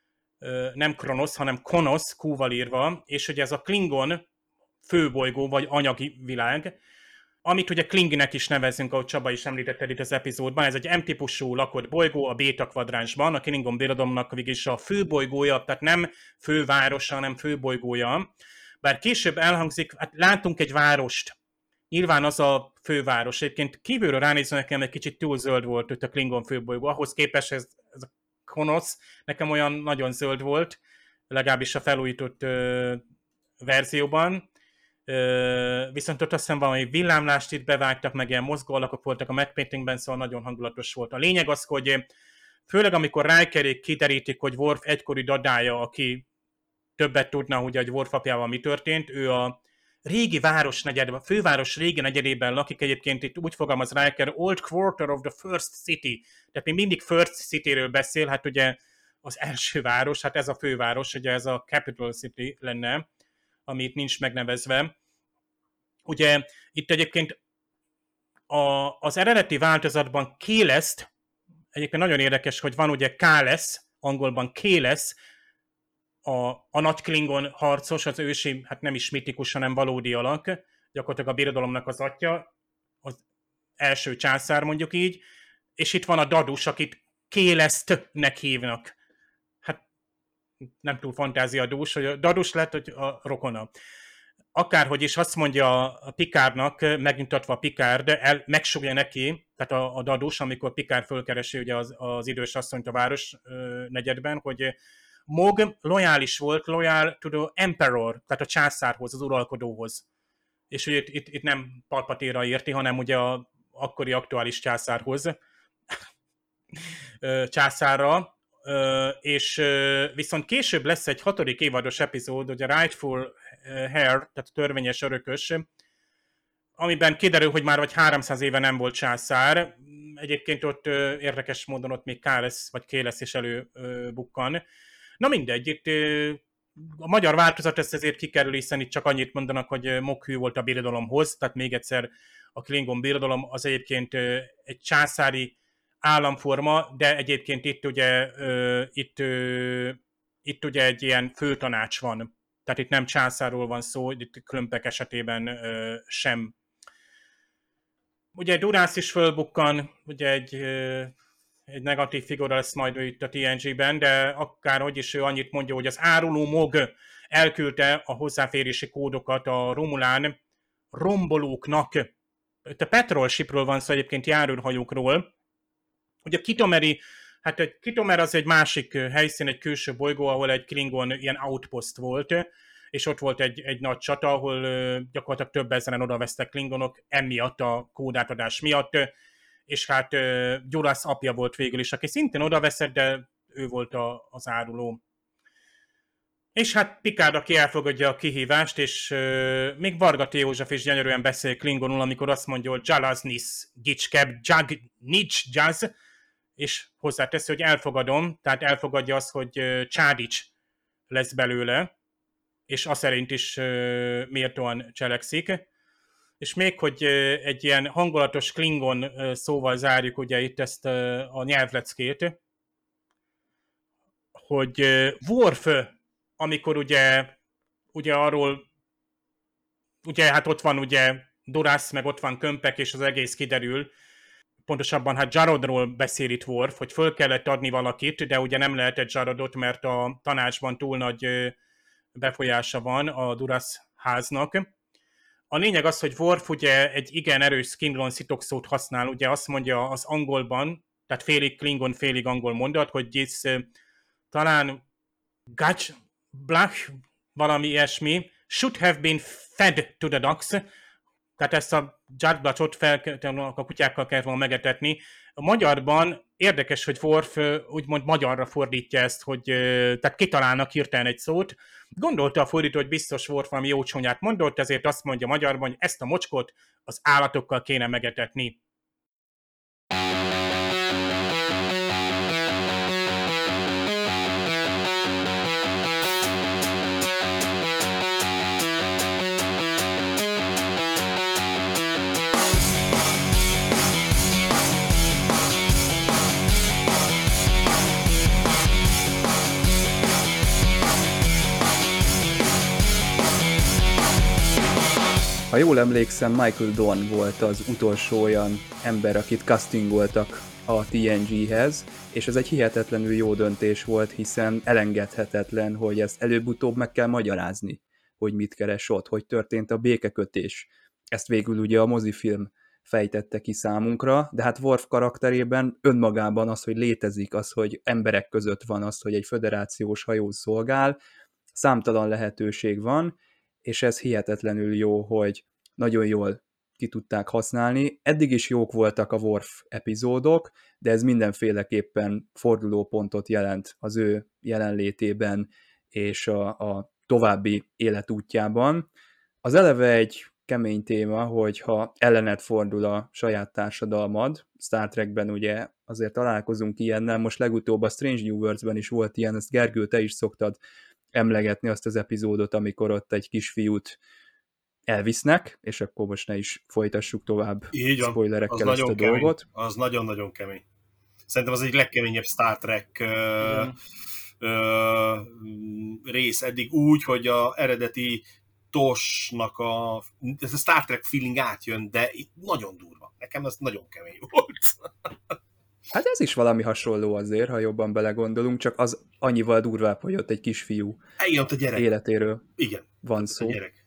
nem Kronosz, hanem Konosz, Q-val írva, és ugye ez a Klingon főbolygó, vagy anyagi világ, amit ugye Klinginek is nevezünk, ahogy Csaba is említetted itt az epizódban, ez egy M-típusú lakott bolygó a Béta kvadránsban, a Klingon birodalomnak végig a főbolygója, tehát nem fővárosa, hanem főbolygója. Bár később elhangzik, hát látunk egy várost, nyilván az a főváros. Egyébként kívülről ránézve nekem egy kicsit túl zöld volt itt a Klingon főbolygó, ahhoz képest ez, ez a Konosz nekem olyan nagyon zöld volt, legalábbis a felújított ö, verzióban. Uh, viszont ott azt hiszem valami villámlást itt bevágtak, meg ilyen mozgó alakok voltak a matte-paintingben, szóval nagyon hangulatos volt. A lényeg az, hogy főleg amikor Rikerék kiderítik, hogy Worf egykori dadája, aki többet tudna, hogy egy Worf apjával mi történt, ő a régi városnegyedben, a főváros régi negyedében lakik, egyébként itt úgy fogalmaz Riker, Old Quarter of the First City, tehát még mindig First Cityről beszél, hát ugye az első város, hát ez a főváros, ugye ez a Capital City lenne, ami itt nincs megnevezve. Ugye itt egyébként a, az eredeti változatban Kéleszt, egyébként nagyon érdekes, hogy van ugye Kálesz, angolban Kélesz, a, a nagy Klingon harcos, az ősi, hát nem is mitikus, hanem valódi alak, gyakorlatilag a birodalomnak az atya, az első császár mondjuk így, és itt van a Dadus, akit Kélesztnek hívnak. Hát nem túl fantáziadús, hogy a Dadus lett, hogy a rokona. Akárhogy is azt mondja a Picardnak, megnyugtatva a Picard, el, megsúgja neki, tehát a, a Dadus, amikor Picard fölkeresi ugye az, az idős asszonyt a város ö, negyedben, hogy Mog lojális volt, loyal to the Emperor, tehát a császárhoz, az uralkodóhoz. És ugye itt, itt, itt nem Palpatine-ra érti, hanem ugye a akkori aktuális császárhoz, császárra, és viszont később lesz egy hatodik évados epizód, ugye a Rightful Heir, tehát a törvényes örökös, amiben kiderül, hogy már vagy háromszáz éve nem volt császár. Egyébként ott érdekes módon ott még Kálesz vagy Kélesz is előbukkan. Na mindegy, itt a magyar változat ezt ezért kikerül, hiszen itt csak annyit mondanak, hogy Moghű volt a birodalomhoz, tehát még egyszer a Klingon birodalom az egyébként egy császári államforma, de egyébként itt ugye, itt, itt ugye egy ilyen főtanács van, tehát itt nem császárról van szó, itt Klömpek esetében sem. Ugye Durász is fölbukkan, ugye egy, egy negatív figura lesz majd itt a té en gé-ben, de akárhogy is ő annyit mondja, hogy az áruló Mog elküldte a hozzáférési kódokat a Romulán rombolóknak. Itt a Patrol shipről van szó, egyébként járőrhajókról. Ugye Kitomeri, hát egy Kitomer az egy másik helyszín, egy külső bolygó, ahol egy Klingon ilyen outpost volt, és ott volt egy, egy nagy csata, ahol ö, gyakorlatilag több ezeren odavesztek klingonok, emiatt a kódátadás miatt, ö, és hát ö, Gyurasz apja volt végül is, aki szintén odaveszett, de ő volt a, az áruló. És hát Picard, aki elfogadja a kihívást, és euh, még Varga T. József is gyönyörűen beszél klingonul, amikor azt mondja, hogy Jalaznis Gicskeb Jag Nics Jaz, és hozzáteszi, hogy elfogadom, tehát elfogadja azt, hogy uh, Csádics lesz belőle, és azt szerint is uh, méltóan cselekszik. És még, hogy uh, egy ilyen hangulatos klingon uh, szóval zárjuk ugye itt ezt uh, a nyelvleckét, hogy uh, Worf, amikor ugye, ugye arról, ugye hát ott van ugye Duras, meg ott van Kömpek, és az egész kiderül, pontosabban hát Jarodról beszél itt Worf, hogy föl kellett adni valakit, de ugye nem lehetett Jarodot, mert a tanácsban túl nagy befolyása van a Duras háznak. A lényeg az, hogy Worf ugye egy igen erős Klingon szitokszót használ, ugye azt mondja az angolban, tehát félig Klingon, félig angol mondat, hogy this, talán Gacs, Blach, valami ilyesmi, should have been fed to the ducks, tehát ezt a Jadblachot fel, a kutyákkal kellett volna megetetni. A magyarban érdekes, hogy Worf úgymond magyarra fordítja ezt, hogy tehát kitalálnak hirtelen egy szót. Gondolta a fordító, hogy biztos Worf valami jó csonyát mondott, ezért azt mondja magyarban, hogy ezt a mocskot az állatokkal kéne megetetni. Ha jól emlékszem, Michael Dorn volt az utolsó olyan ember, akit castingoltak a té en gé-hez, és ez egy hihetetlenül jó döntés volt, hiszen elengedhetetlen, hogy ezt előbb-utóbb meg kell magyarázni, hogy mit keres ott, hogy történt a békekötés. Ezt végül ugye a mozifilm fejtette ki számunkra, de hát Worf karakterében önmagában az, hogy létezik, az, hogy emberek között van, az, hogy egy föderációs hajó szolgál, számtalan lehetőség van, és ez hihetetlenül jó, hogy nagyon jól ki tudták használni. Eddig is jók voltak a Worf epizódok, de ez mindenféleképpen fordulópontot jelent az ő jelenlétében és a, a további életútjában. Az eleve egy kemény téma, hogyha ellened fordul a saját társadalmad, Star Trekben ugye azért találkozunk ilyennel, most legutóbb a Strange New Worlds-ben is volt ilyen, ezt Gergő, te is szoktad emlegetni azt az epizódot, amikor ott egy kisfiút elvisznek, és akkor most ne is folytassuk tovább így van, spoilerekkel ezt a kemény. dolgot. Az nagyon-nagyon kemény. Szerintem az egy legkeményebb Star Trek ö, ö, rész eddig úgy, hogy a eredeti Tosnak a, ez a Star Trek feeling átjön, de itt nagyon durva. Nekem ez nagyon kemény volt. Hát ez is valami hasonló azért, ha jobban belegondolunk, csak az annyival durvább, hogy ott egy kisfiú Igen, ott a gyerek. életéről Igen, van szó. a gyerek.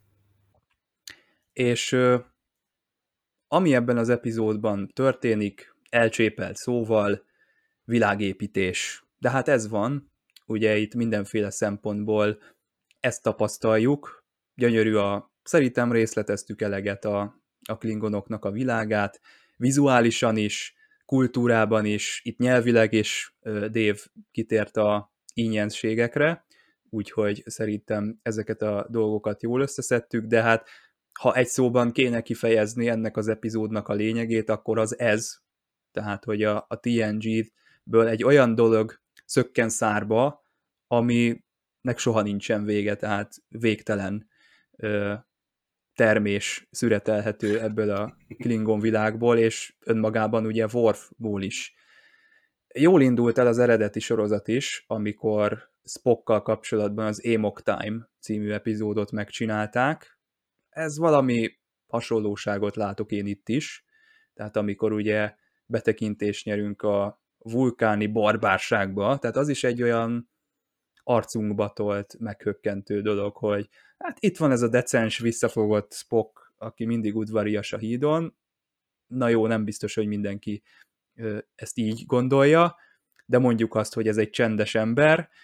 És ami ebben az epizódban történik, elcsépelt szóval, világépítés. De hát ez van, ugye itt mindenféle szempontból ezt tapasztaljuk, gyönyörű a, szerintem részleteztük eleget a, a klingonoknak a világát, vizuálisan is, kultúrában is, itt nyelvileg is Dave kitért a ínyenségekre, úgyhogy szerintem ezeket a dolgokat jól összeszedtük, de hát ha egy szóban kéne kifejezni ennek az epizódnak a lényegét, akkor az ez, tehát hogy a, a té en gé-ből egy olyan dolog szökken szárba, aminek soha nincsen vége, tehát végtelen ö, termés szüretelhető ebből a Klingon világból, és önmagában ugye Worfból is. Jól indult el az eredeti sorozat is, amikor Spockkal kapcsolatban az Amok Time című epizódot megcsinálták. Ez valami hasonlóságot látok én itt is, tehát amikor ugye betekintést nyerünk a vulkáni barbárságba, tehát az is egy olyan arcunkba tolt, meghökkentő dolog, hogy hát itt van ez a decens, visszafogott Spock, aki mindig udvarias a hídon, na jó, nem biztos, hogy mindenki ezt így gondolja, de mondjuk azt, hogy ez egy csendes ember,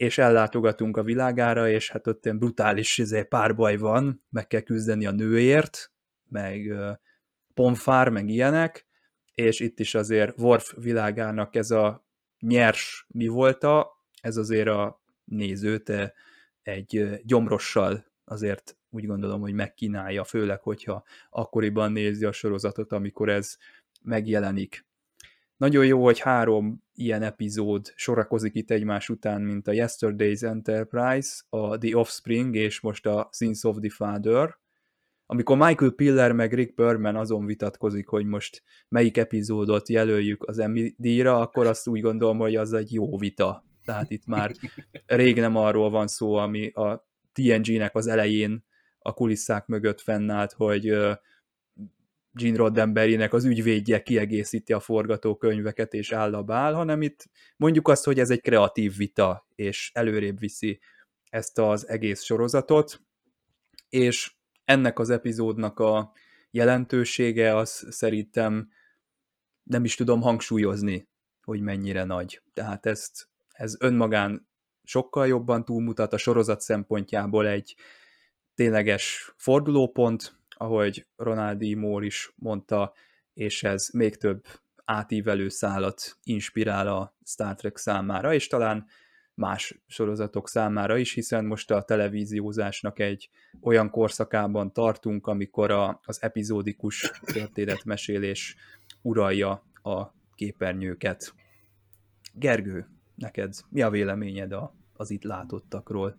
és ellátogatunk a világára, és hát ott ilyen brutális izé, párbaj van, meg kell küzdeni a nőért, meg uh, ponfár, meg ilyenek, és itt is azért Worf világának ez a nyers mi volta, ez azért a nézőt egy gyomrossal azért úgy gondolom, hogy megkínálja, főleg, hogyha akkoriban nézi a sorozatot, amikor ez megjelenik. Nagyon jó, hogy három ilyen epizód sorakozik itt egymás után, mint a Yesterday's Enterprise, a The Offspring és most a Sins of the Father. Amikor Michael Piller meg Rick Berman azon vitatkozik, hogy most melyik epizódot jelöljük az Emmy díjra, akkor azt úgy gondolom, hogy az egy jó vita. Tehát itt már rég nem arról van szó, ami a té en gé-nek az elején a kulisszák mögött fennállt, hogy Gene Roddenberrynek az ügyvédje kiegészíti a forgatókönyveket és állabál, hanem itt mondjuk azt, hogy ez egy kreatív vita, és előrébb viszi ezt az egész sorozatot, és ennek az epizódnak a jelentősége az szerintem nem is tudom hangsúlyozni, hogy mennyire nagy. Tehát ezt, ez önmagán sokkal jobban túlmutat a sorozat szempontjából egy tényleges fordulópont, ahogy Ronald D. Moore is mondta, és ez még több átívelő szálat inspirál a Star Trek számára, és talán más sorozatok számára is, hiszen most a televíziózásnak egy olyan korszakában tartunk, amikor a, az epizódikus történetmesélés uralja a képernyőket. Gergő, neked mi a véleményed a, az itt látottakról?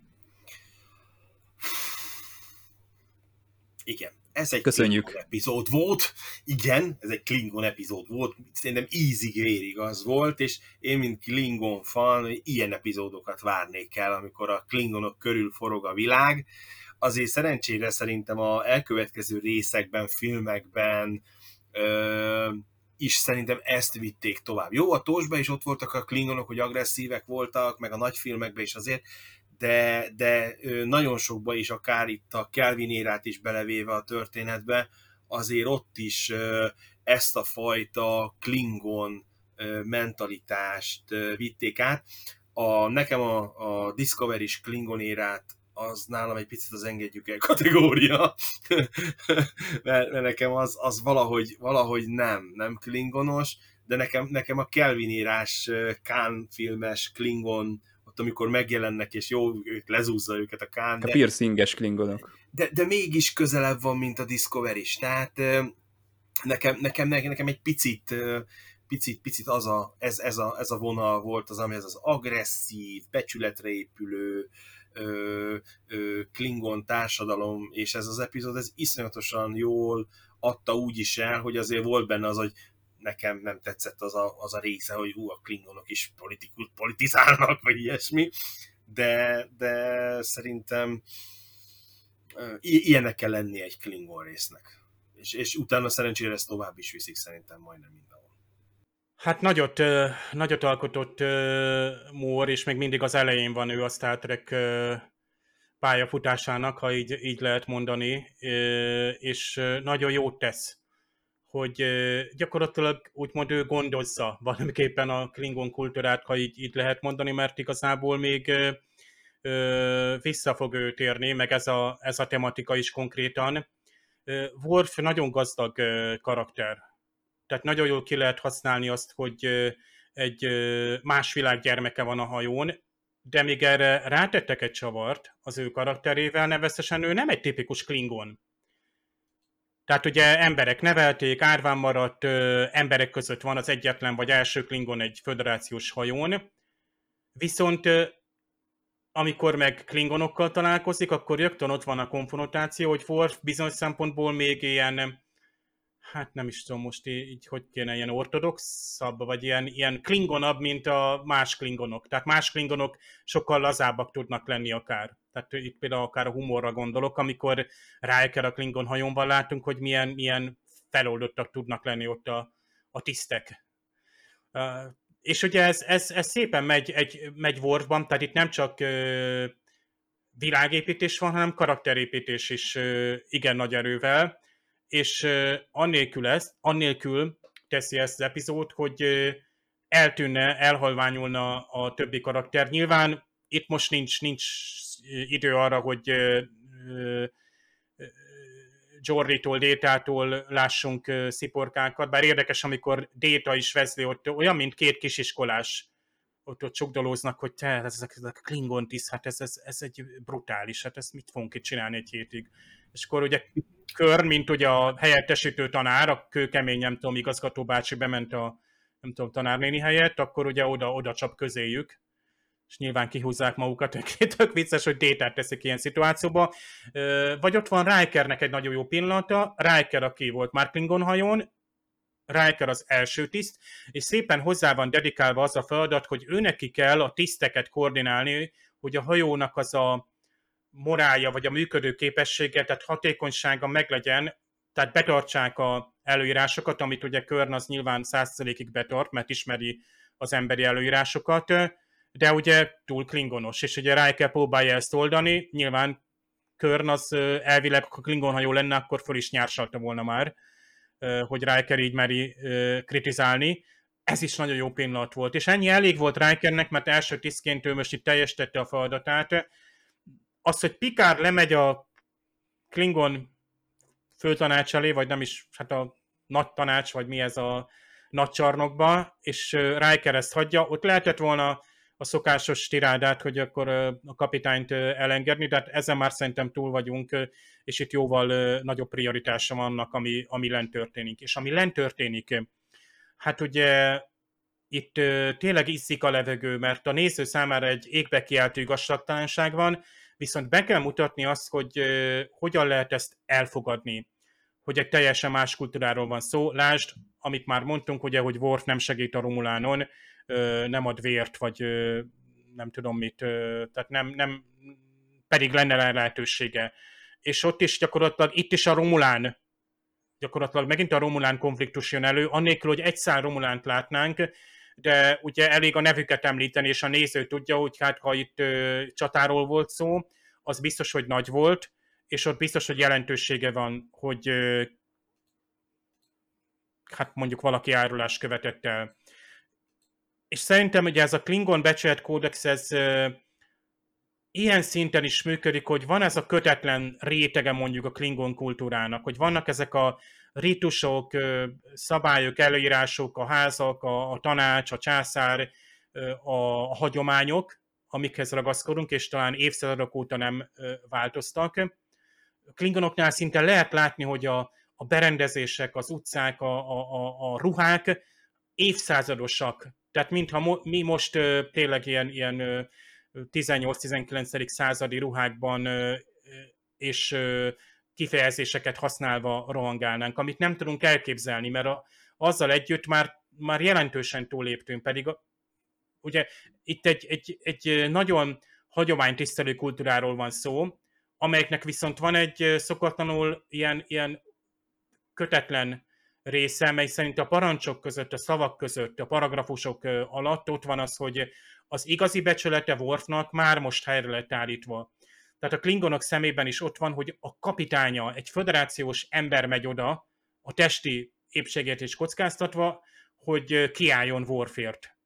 Igen, ez egy Köszönjük. Klingon epizód volt. Igen, ez egy Klingon epizód volt. Szerintem ízig-vérig az volt, és én, mint Klingon fan, ilyen epizódokat várnék el, amikor a Klingonok körül forog a világ. Azért szerencsére szerintem a elkövetkező részekben, filmekben ö, is szerintem ezt vitték tovább. Jó, a Tósban is ott voltak a Klingonok, hogy agresszívek voltak, meg a nagy filmekben is azért, de, de nagyon sokban is, akár itt a Kelvin érát is belevéve a történetbe, azért ott is ezt a fajta Klingon mentalitást vitték át. A, nekem a, a Discovery-s Klingon érát az nálam egy picit az engedjük el kategória, mert, mert nekem az, az valahogy, valahogy nem, nem klingonos, de nekem, nekem a Kelvin írás Khan filmes Klingon, ott amikor megjelennek, és jó, ők lezúzza őket a Khan. A piercinges klingonok. De, de mégis közelebb van, mint a Discovery is. Tehát nekem, nekem, nekem egy picit, picit, picit az a, ez, ez, a, ez a vonal volt az, ami ez az agresszív, becsületre épülő ö, ö, Klingon társadalom, és ez az epizód, ez iszonyatosan jól adta úgy is el, hogy azért volt benne az, hogy nekem nem tetszett az a, az a része, hogy hú, a Klingonok is politikus, politizálnak, vagy ilyesmi, de, de szerintem i- ilyenek kell lenni egy Klingon résznek. És, és utána szerencsére ezt tovább is viszik szerintem majdnem mindenhol. Hát nagyot, nagyot alkotott Moore, és még mindig az elején van ő a Star Trek pályafutásának, ha így, így lehet mondani, és nagyon jót tesz, hogy gyakorlatilag úgymond ő gondozza valamiképpen a Klingon kultúrát, ha így, így lehet mondani, mert igazából még vissza fog ő térni, meg ez a, ez a tematika is konkrétan. Worf nagyon gazdag karakter. Tehát nagyon jól ki lehet használni azt, hogy egy más világ gyermeke van a hajón, de még erre rátettek egy csavart az ő karakterével, nevezetesen ő nem egy tipikus Klingon. Tehát ugye emberek nevelték, árván maradt, emberek között van az egyetlen vagy első Klingon egy föderációs hajón, viszont amikor meg Klingonokkal találkozik, akkor rögtön ott van a konfrontáció, hogy Worf bizonyos szempontból még ilyen, hát nem is tudom most így, hogy kéne, ilyen ortodoxabb, vagy ilyen, ilyen klingonabb, mint a más klingonok. Tehát más klingonok sokkal lazábbak tudnak lenni akár. Tehát itt például akár a humorra gondolok, amikor Riker a Klingon hajónban látunk, hogy milyen, milyen feloldottak tudnak lenni ott a, a tisztek. Uh, és ugye ez, ez, ez szépen megy, egy, megy Worfban, tehát itt nem csak uh, világépítés van, hanem karakterépítés is uh, igen nagy erővel, és uh, annélkül, ezt, annélkül teszi ezt az epizód, hogy uh, eltűnne, elhalványulna a többi karakter. Nyilván itt most nincs, nincs idő arra, hogy Jordi-tól, Détától lássunk sziporkákat, bár érdekes, amikor Déta is Wesley ott olyan, mint két kisiskolás, ott, ott csukdolóznak, hogy te, ezek, ezek a Klingon tiszt, hát ez, ez, ez egy brutális, hát ezt mit fogunk itt csinálni egy hétig. És akkor ugye Kör, mint ugye a helyettesítő tanár, a kőkemény, nem tudom, igazgató bácsi bement a nem tudom, tanárnéni helyett, akkor ugye oda, oda csap közéjük, és nyilván kihúzzák magukat, tök vicces, hogy Détát teszik ilyen szituációba. Vagy ott van Rikernek egy nagyon jó pillanata, Riker, aki volt már Klingon hajón, Riker az első tiszt, és szépen hozzá van dedikálva az a feladat, hogy őneki kell a tiszteket koordinálni, hogy a hajónak az a morálja, vagy a működő képessége, tehát hatékonysága meglegyen, tehát betartsák a előírásokat, amit ugye Körn az nyilván száz százalékig betart, mert ismeri az emberi előírásokat, de ugye túl klingonos, és ugye Riker próbálja ezt oldani, nyilván Körn az elvileg, ha Klingon hajó lenne, akkor föl is nyársalta volna már, hogy Riker így meri kritizálni. Ez is nagyon jó pillanat volt, és ennyi elég volt Rikernek, mert első tisztként ő most itt teljesítette a feladatát. Az, hogy Picard lemegy a Klingon főtanács elé, vagy nem is, hát a nagy tanács, vagy mi ez a nagy csarnokba, és Riker ezt hagyja, ott lehetett volna a szokásos tirádát, hogy akkor a kapitányt elengedni, de hát ezen már szerintem túl vagyunk, és itt jóval nagyobb prioritása vannak, ami, ami lent történik. És ami lent történik, hát ugye itt tényleg iszik a levegő, mert a néző számára egy égbe kiáltó igazságtalanság van, viszont be kell mutatni azt, hogy hogyan lehet ezt elfogadni, hogy egy teljesen más kultúráról van szó. Lásd, amit már mondtunk, ugye, hogy Worf nem segít a Romulánon, nem ad vért, vagy nem tudom mit, tehát nem, nem pedig lenne lehetősége. És ott is gyakorlatilag, itt is a Romulán, gyakorlatilag megint a Romulán konfliktus jön elő, annélkül, hogy egy szál Romulánt látnánk, de ugye elég a nevüket említeni, és a néző tudja, hogy hát ha itt ö, csatáról volt szó, az biztos, hogy nagy volt, és ott biztos, hogy jelentősége van, hogy ö, hát mondjuk valaki árulást követett el. És szerintem ugye ez a Klingon becsület kódex, ez ö, ilyen szinten is működik, hogy van ez a kötetlen rétege mondjuk a Klingon kultúrának, hogy vannak ezek a ritusok, szabályok, előírások, a házak, a, a tanács, a császár, a, a hagyományok, amikhez ragaszkodunk, és talán évszázadok óta nem változtak. A Klingonoknál szinte lehet látni, hogy a, a berendezések, az utcák, a, a, a ruhák évszázadosak. Tehát mintha mo, mi most tényleg ilyen, ilyen tizennyolc-tizenkilencedik századi ruhákban és kifejezéseket használva rohangálnánk, amit nem tudunk elképzelni, mert a, azzal együtt már, már jelentősen túléptünk, pedig a, ugye itt egy, egy, egy nagyon hagyománytisztelő kultúráról van szó, amelyeknek viszont van egy szokatlanul ilyen, ilyen kötetlen része, mely szerint a parancsok között, a szavak között, a paragrafusok alatt ott van az, hogy az igazi becsülete Worfnak már most helyre lett állítva. Tehát a Klingonok szemében is ott van, hogy a kapitánya, egy föderációs ember megy oda, a testi épségét is kockáztatva, hogy kiálljon Worfért.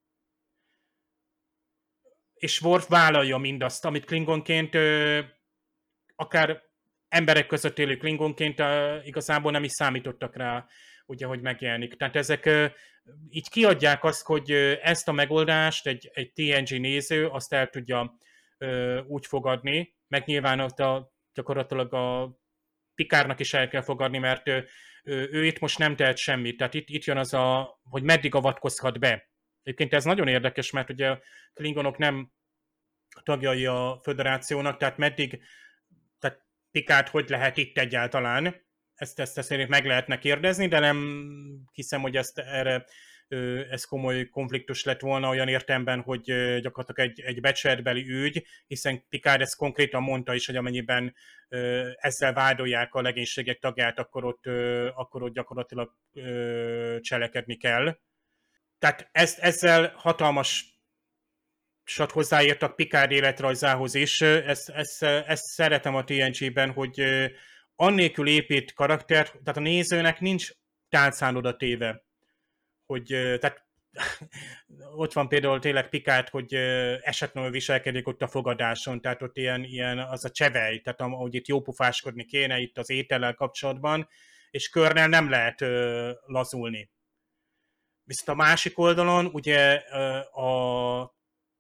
És Worf vállalja mindazt, amit Klingonként, akár emberek között élő Klingonként igazából nem is számítottak rá, ugye, hogy megjelenik. Tehát ezek így kiadják azt, hogy ezt a megoldást egy, egy té en gé néző azt el tudja úgy fogadni, meg nyilván ott a, gyakorlatilag a Picardnak is el kell fogadni, mert ő, ő itt most nem tehet semmit. Tehát itt, itt jön az a, hogy meddig avatkozhat be. Egyébként ez nagyon érdekes, mert ugye a Klingonok nem tagjai a föderációnak, tehát meddig, tehát Picard hogy lehet itt egyáltalán, ezt, ezt, ezt meg lehetne kérdezni, de nem hiszem, hogy ezt erre ez komoly konfliktus lett volna olyan értelemben, hogy gyakorlatilag egy, egy becsületbeli ügy, hiszen Picard ezt konkrétan mondta is, hogy amennyiben ezzel vádolják a legénységek tagját, akkor ott, akkor ott gyakorlatilag cselekedni kell. Tehát ezt, ezzel hatalmas sat hozzáértek Picard életrajzához is. Ezt, ezt, ezt szeretem a té en gé-ben, hogy annélkül épít karakter, tehát a nézőnek nincs tálcán oda téve, hogy tehát ott van például tényleg Picard, hogy esetlenül viselkedik ott a fogadáson, tehát ott ilyen, ilyen az a csevej, tehát ahogy itt jópofáskodni kéne itt az étellel kapcsolatban, és Körnél nem lehet ö, lazulni. Viszont a másik oldalon ugye ö, a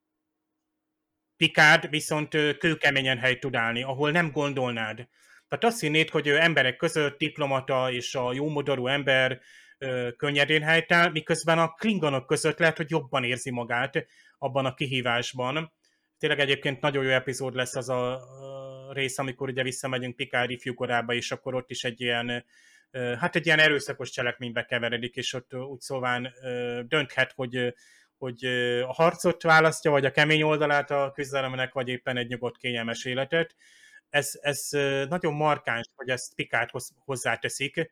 Picard viszont ö, kőkeményen helyt tud állni, ahol nem gondolnád. Tehát azt hinnéd, hogy ö, emberek között diplomata és a jómodorú ember ö, könnyedén helyt áll, miközben a klingonok között lehet, hogy jobban érzi magát abban a kihívásban. Tényleg egyébként nagyon jó epizód lesz az a rész, amikor ugye visszamegyünk Picard ifjúkorába, és akkor ott is egy ilyen hát egy ilyen erőszakos cselekménybe keveredik, és ott úgy szóván dönthet, hogy, hogy a harcot választja, vagy a kemény oldalát a küzdelemnek, vagy éppen egy nyugodt, kényelmes életet. Ez, ez nagyon markáns, hogy ezt Picard hozzáteszik.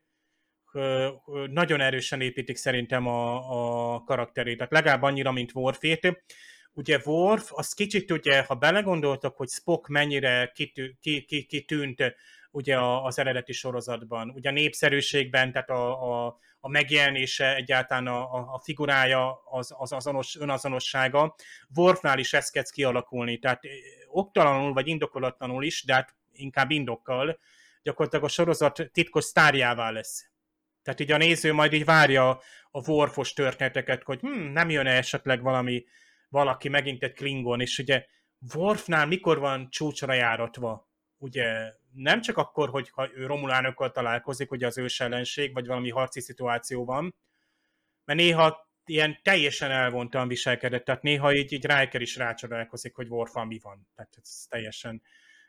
Nagyon erősen építik szerintem a, a karakterét, tehát legalább annyira, mint Worfét. Ugye Worf, az kicsit ugye, ha belegondoltak, hogy Spock mennyire kitű, ki, ki, kitűnt ugye az eredeti sorozatban, ugye a népszerűségben, tehát a, a, a megjelenése, egyáltalán a, a figurája, az, az azonos, önazonossága, Worfnál is ez kezd kialakulni, tehát oktalanul vagy indokolatlanul is, de hát inkább indokkal, gyakorlatilag a sorozat titkos sztárjává lesz. Tehát így a néző majd így várja a Worfos történeteket, hogy hm, nem jön-e esetleg valami, valaki, megint egy Klingon, és ugye Worfnál mikor van csúcsra járatva? Ugye nem csak akkor, hogyha ő romulánokkal találkozik, ugye az ős ellenség, vagy valami harci szituáció van, mert néha ilyen teljesen elvontan viselkedett, tehát néha így, így Riker is rácsodálkozik, hogy Worfal mi van. Tehát ez teljesen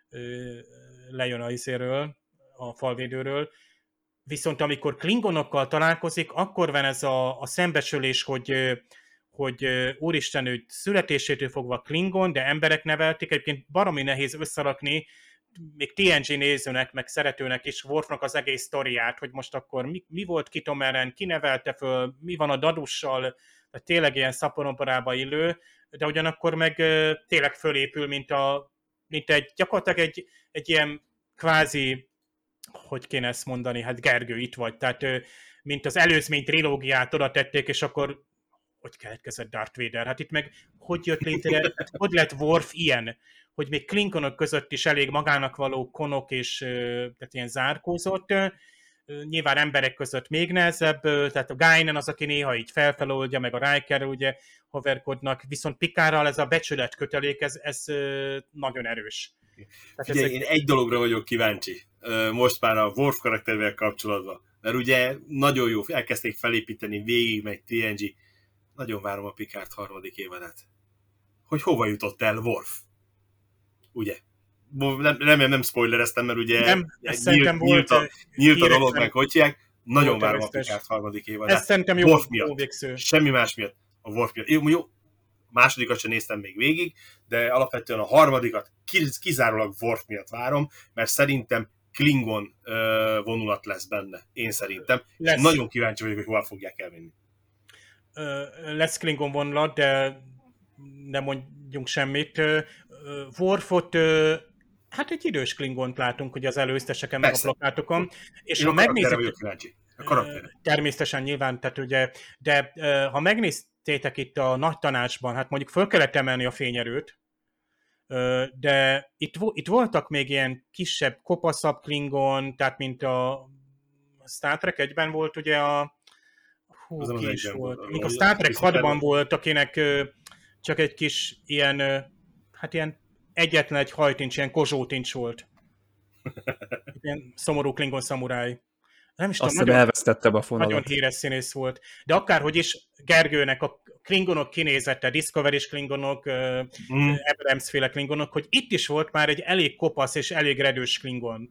ö, lejön a izéről, a falvédőről. Viszont amikor Klingonokkal találkozik, akkor van ez a, a szembesülés, hogy hogy úristen, ő születésétől fogva Klingon, de emberek nevelték, egyébként baromi nehéz összerakni, még té en gé nézőnek, meg szeretőnek is Worfnak az egész sztoriát, hogy most akkor mi, mi volt Kitomeren, ki nevelte föl, mi van a Dadussal, tehát tényleg ilyen szaporonparába illő, de ugyanakkor meg tényleg fölépül, mint, a, mint egy, gyakorlatilag egy, egy ilyen kvázi, hogy kéne ezt mondani, hát Gergő, itt vagy, tehát mint az előzmény trilógiát oda tették, és akkor hogy keletkezett Darth Vader. Hát itt meg hogy jött létre, hát hogy lett Worf ilyen, hogy még Klingonok között is elég magának való konok és tehát ilyen zárkózott, nyilván emberek között még nehezebb, tehát a Guinan az, aki néha így felfeloldja, meg a Riker ugye haverkodnak, viszont Picardral ez a becsületkötelék, ez, ez nagyon erős. Figyelj, ezek... én egy dologra vagyok kíváncsi, most már a Worf karakterével kapcsolatban, mert ugye nagyon jó, elkezdték felépíteni, végig meg té en gé, nagyon várom a Picard harmadik évadát. Hogy hova jutott el Worf? Ugye? Nem, nem, nem spoilereztem, mert ugye nem, nyílt, nyílt a, nyílt a dolog, meg hogy hívják. Nagyon várom a Picard harmadik évadát. Ez szerintem jó, Worf jó miatt. végsző. Semmi más miatt. A Worf miatt. Jó, jó, a másodikat sem néztem még végig, de alapvetően a harmadikat kizárólag Worf miatt várom, mert szerintem Klingon uh, vonulat lesz benne. Én szerintem. Lesz. Nagyon kíváncsi vagyok, hogy hol fogják elvinni. Lesz Klingon vonulat, de nem mondjunk semmit. Worfot, hát egy idős Klingont látunk ugye az előzteseken, meg a plakátokon. És én ha a megnézzük, a természetesen nyilván, tehát ugye, de ha megnéztétek itt a nagy tanácsban, hát mondjuk föl kellett emelni a fényerőt, de itt, itt voltak még ilyen kisebb, kopaszabb Klingon, tehát mint a Star Trek egyben volt ugye a Hú, az ki is volt. Volt. A Star Trek hatban volt, akinek ö, csak egy kis ilyen, ö, hát ilyen egyetlen egy hajtincs, ilyen kozsótincs volt. Ilyen szomorú Klingon szamuráj. Nem is Azt tudom, nagyon, elvesztettem a fonalat. Nagyon híres színész volt. De akárhogy is Gergőnek a Klingonok kinézette, Discovery-s Klingonok, mm. Abrams-féle Klingonok, hogy itt is volt már egy elég kopasz és elég redős Klingon.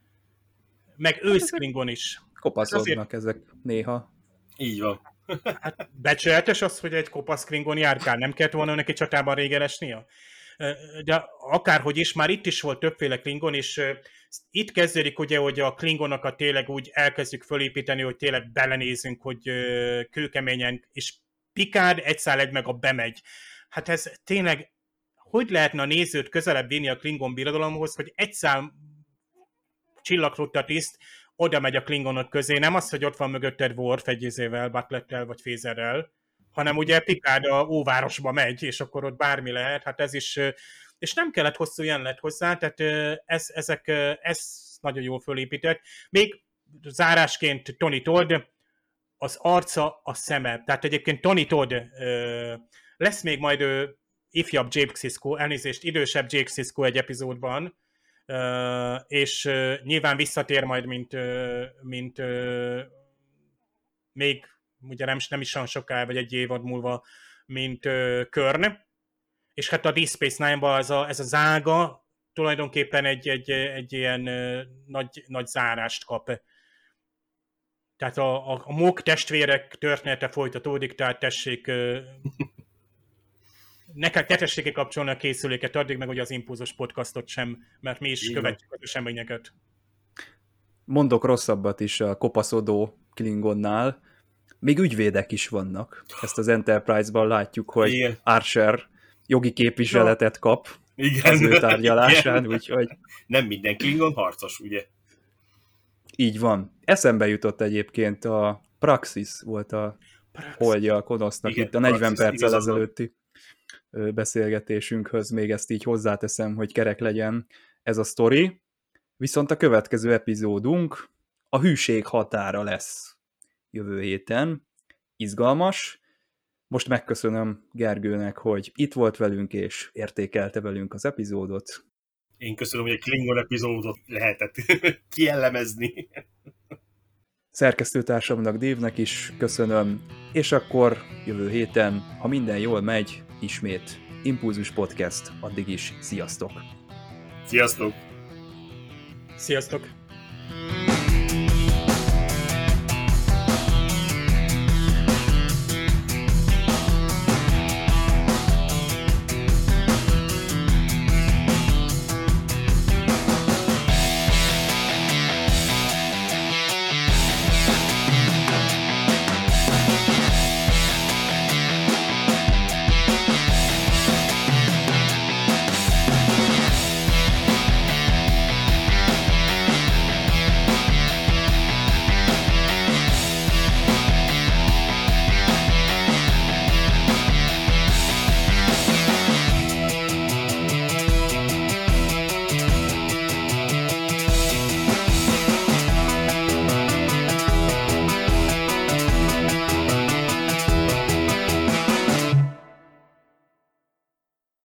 Meg ősz Klingon is. Kopaszodnak ezek néha. Így van. Hát becsületes az, hogy egy kopasz Klingon járkál, nem kellett volna neki csatában régen esnia? De akárhogy is, már itt is volt többféle Klingon, és itt kezdődik ugye, hogy a Klingonokat tényleg úgy elkezdjük fölépíteni, hogy tényleg belenézünk, hogy kőkeményen, és Picard egy szál egy meg a bemegy. Hát ez tényleg, hogy lehetne a nézőt közelebb vinni a Klingon birodalomhoz, hogy egy szál csillagflotta tiszt oda megy a Klingonok közé, nem az, hogy ott van mögötted Worf egy izével, Bucklettel vagy Phaserrel, hanem ugye Picard a óvárosba megy, és akkor ott bármi lehet, hát ez is, és nem kellett hosszú jelenet hozzá, tehát ez, ezek, ez nagyon jól fölépített. Még zárásként Tony Todd, az arca, a szeme, tehát egyébként Tony Todd lesz még majd ifjabb Jake Sisko, elnézést, idősebb Jake Sisko egy epizódban, és nyilván visszatér majd, mint, mint még ugye nem, nem is olyan soká, vagy egy évad múlva, mint uh, Körn, és hát a Deep Space Nine-ban ez a, ez a zága tulajdonképpen egy, egy, egy ilyen uh, nagy, nagy zárást kap. Tehát a, a, a Mók testvérek története folytatódik, tehát tessék uh, neked te tessék kapcsolni a készüléket addig, meg ugye az Impulzus podcastot sem, mert mi is Igen. követjük az eseményeket. Mondok rosszabbat is a kopaszodó Klingonnál, még ügyvédek is vannak. Ezt az Enterprise-ban látjuk, hogy Igen. Archer jogi képviseletet kap Igen. az ő tárgyalásán, úgyhogy... Nem minden Klingon harcos, ugye? Így van. Eszembe jutott egyébként a Praxis volt a Praxis. holdja a Konosznak itt a negyven perccel ezelőtti beszélgetésünkhöz. Még ezt így hozzáteszem, hogy kerek legyen ez a sztori. Viszont a következő epizódunk a hűség határa lesz jövő héten. Izgalmas. Most megköszönöm Gergőnek, hogy itt volt velünk, és értékelte velünk az epizódot. Én köszönöm, hogy egy Klingon epizódot lehetett kiellemezni. Szerkesztőtársamnak, Dave-nek is köszönöm, és akkor jövő héten, ha minden jól megy, ismét Impulzus Podcast. Addig is sziasztok! Sziasztok! Sziasztok!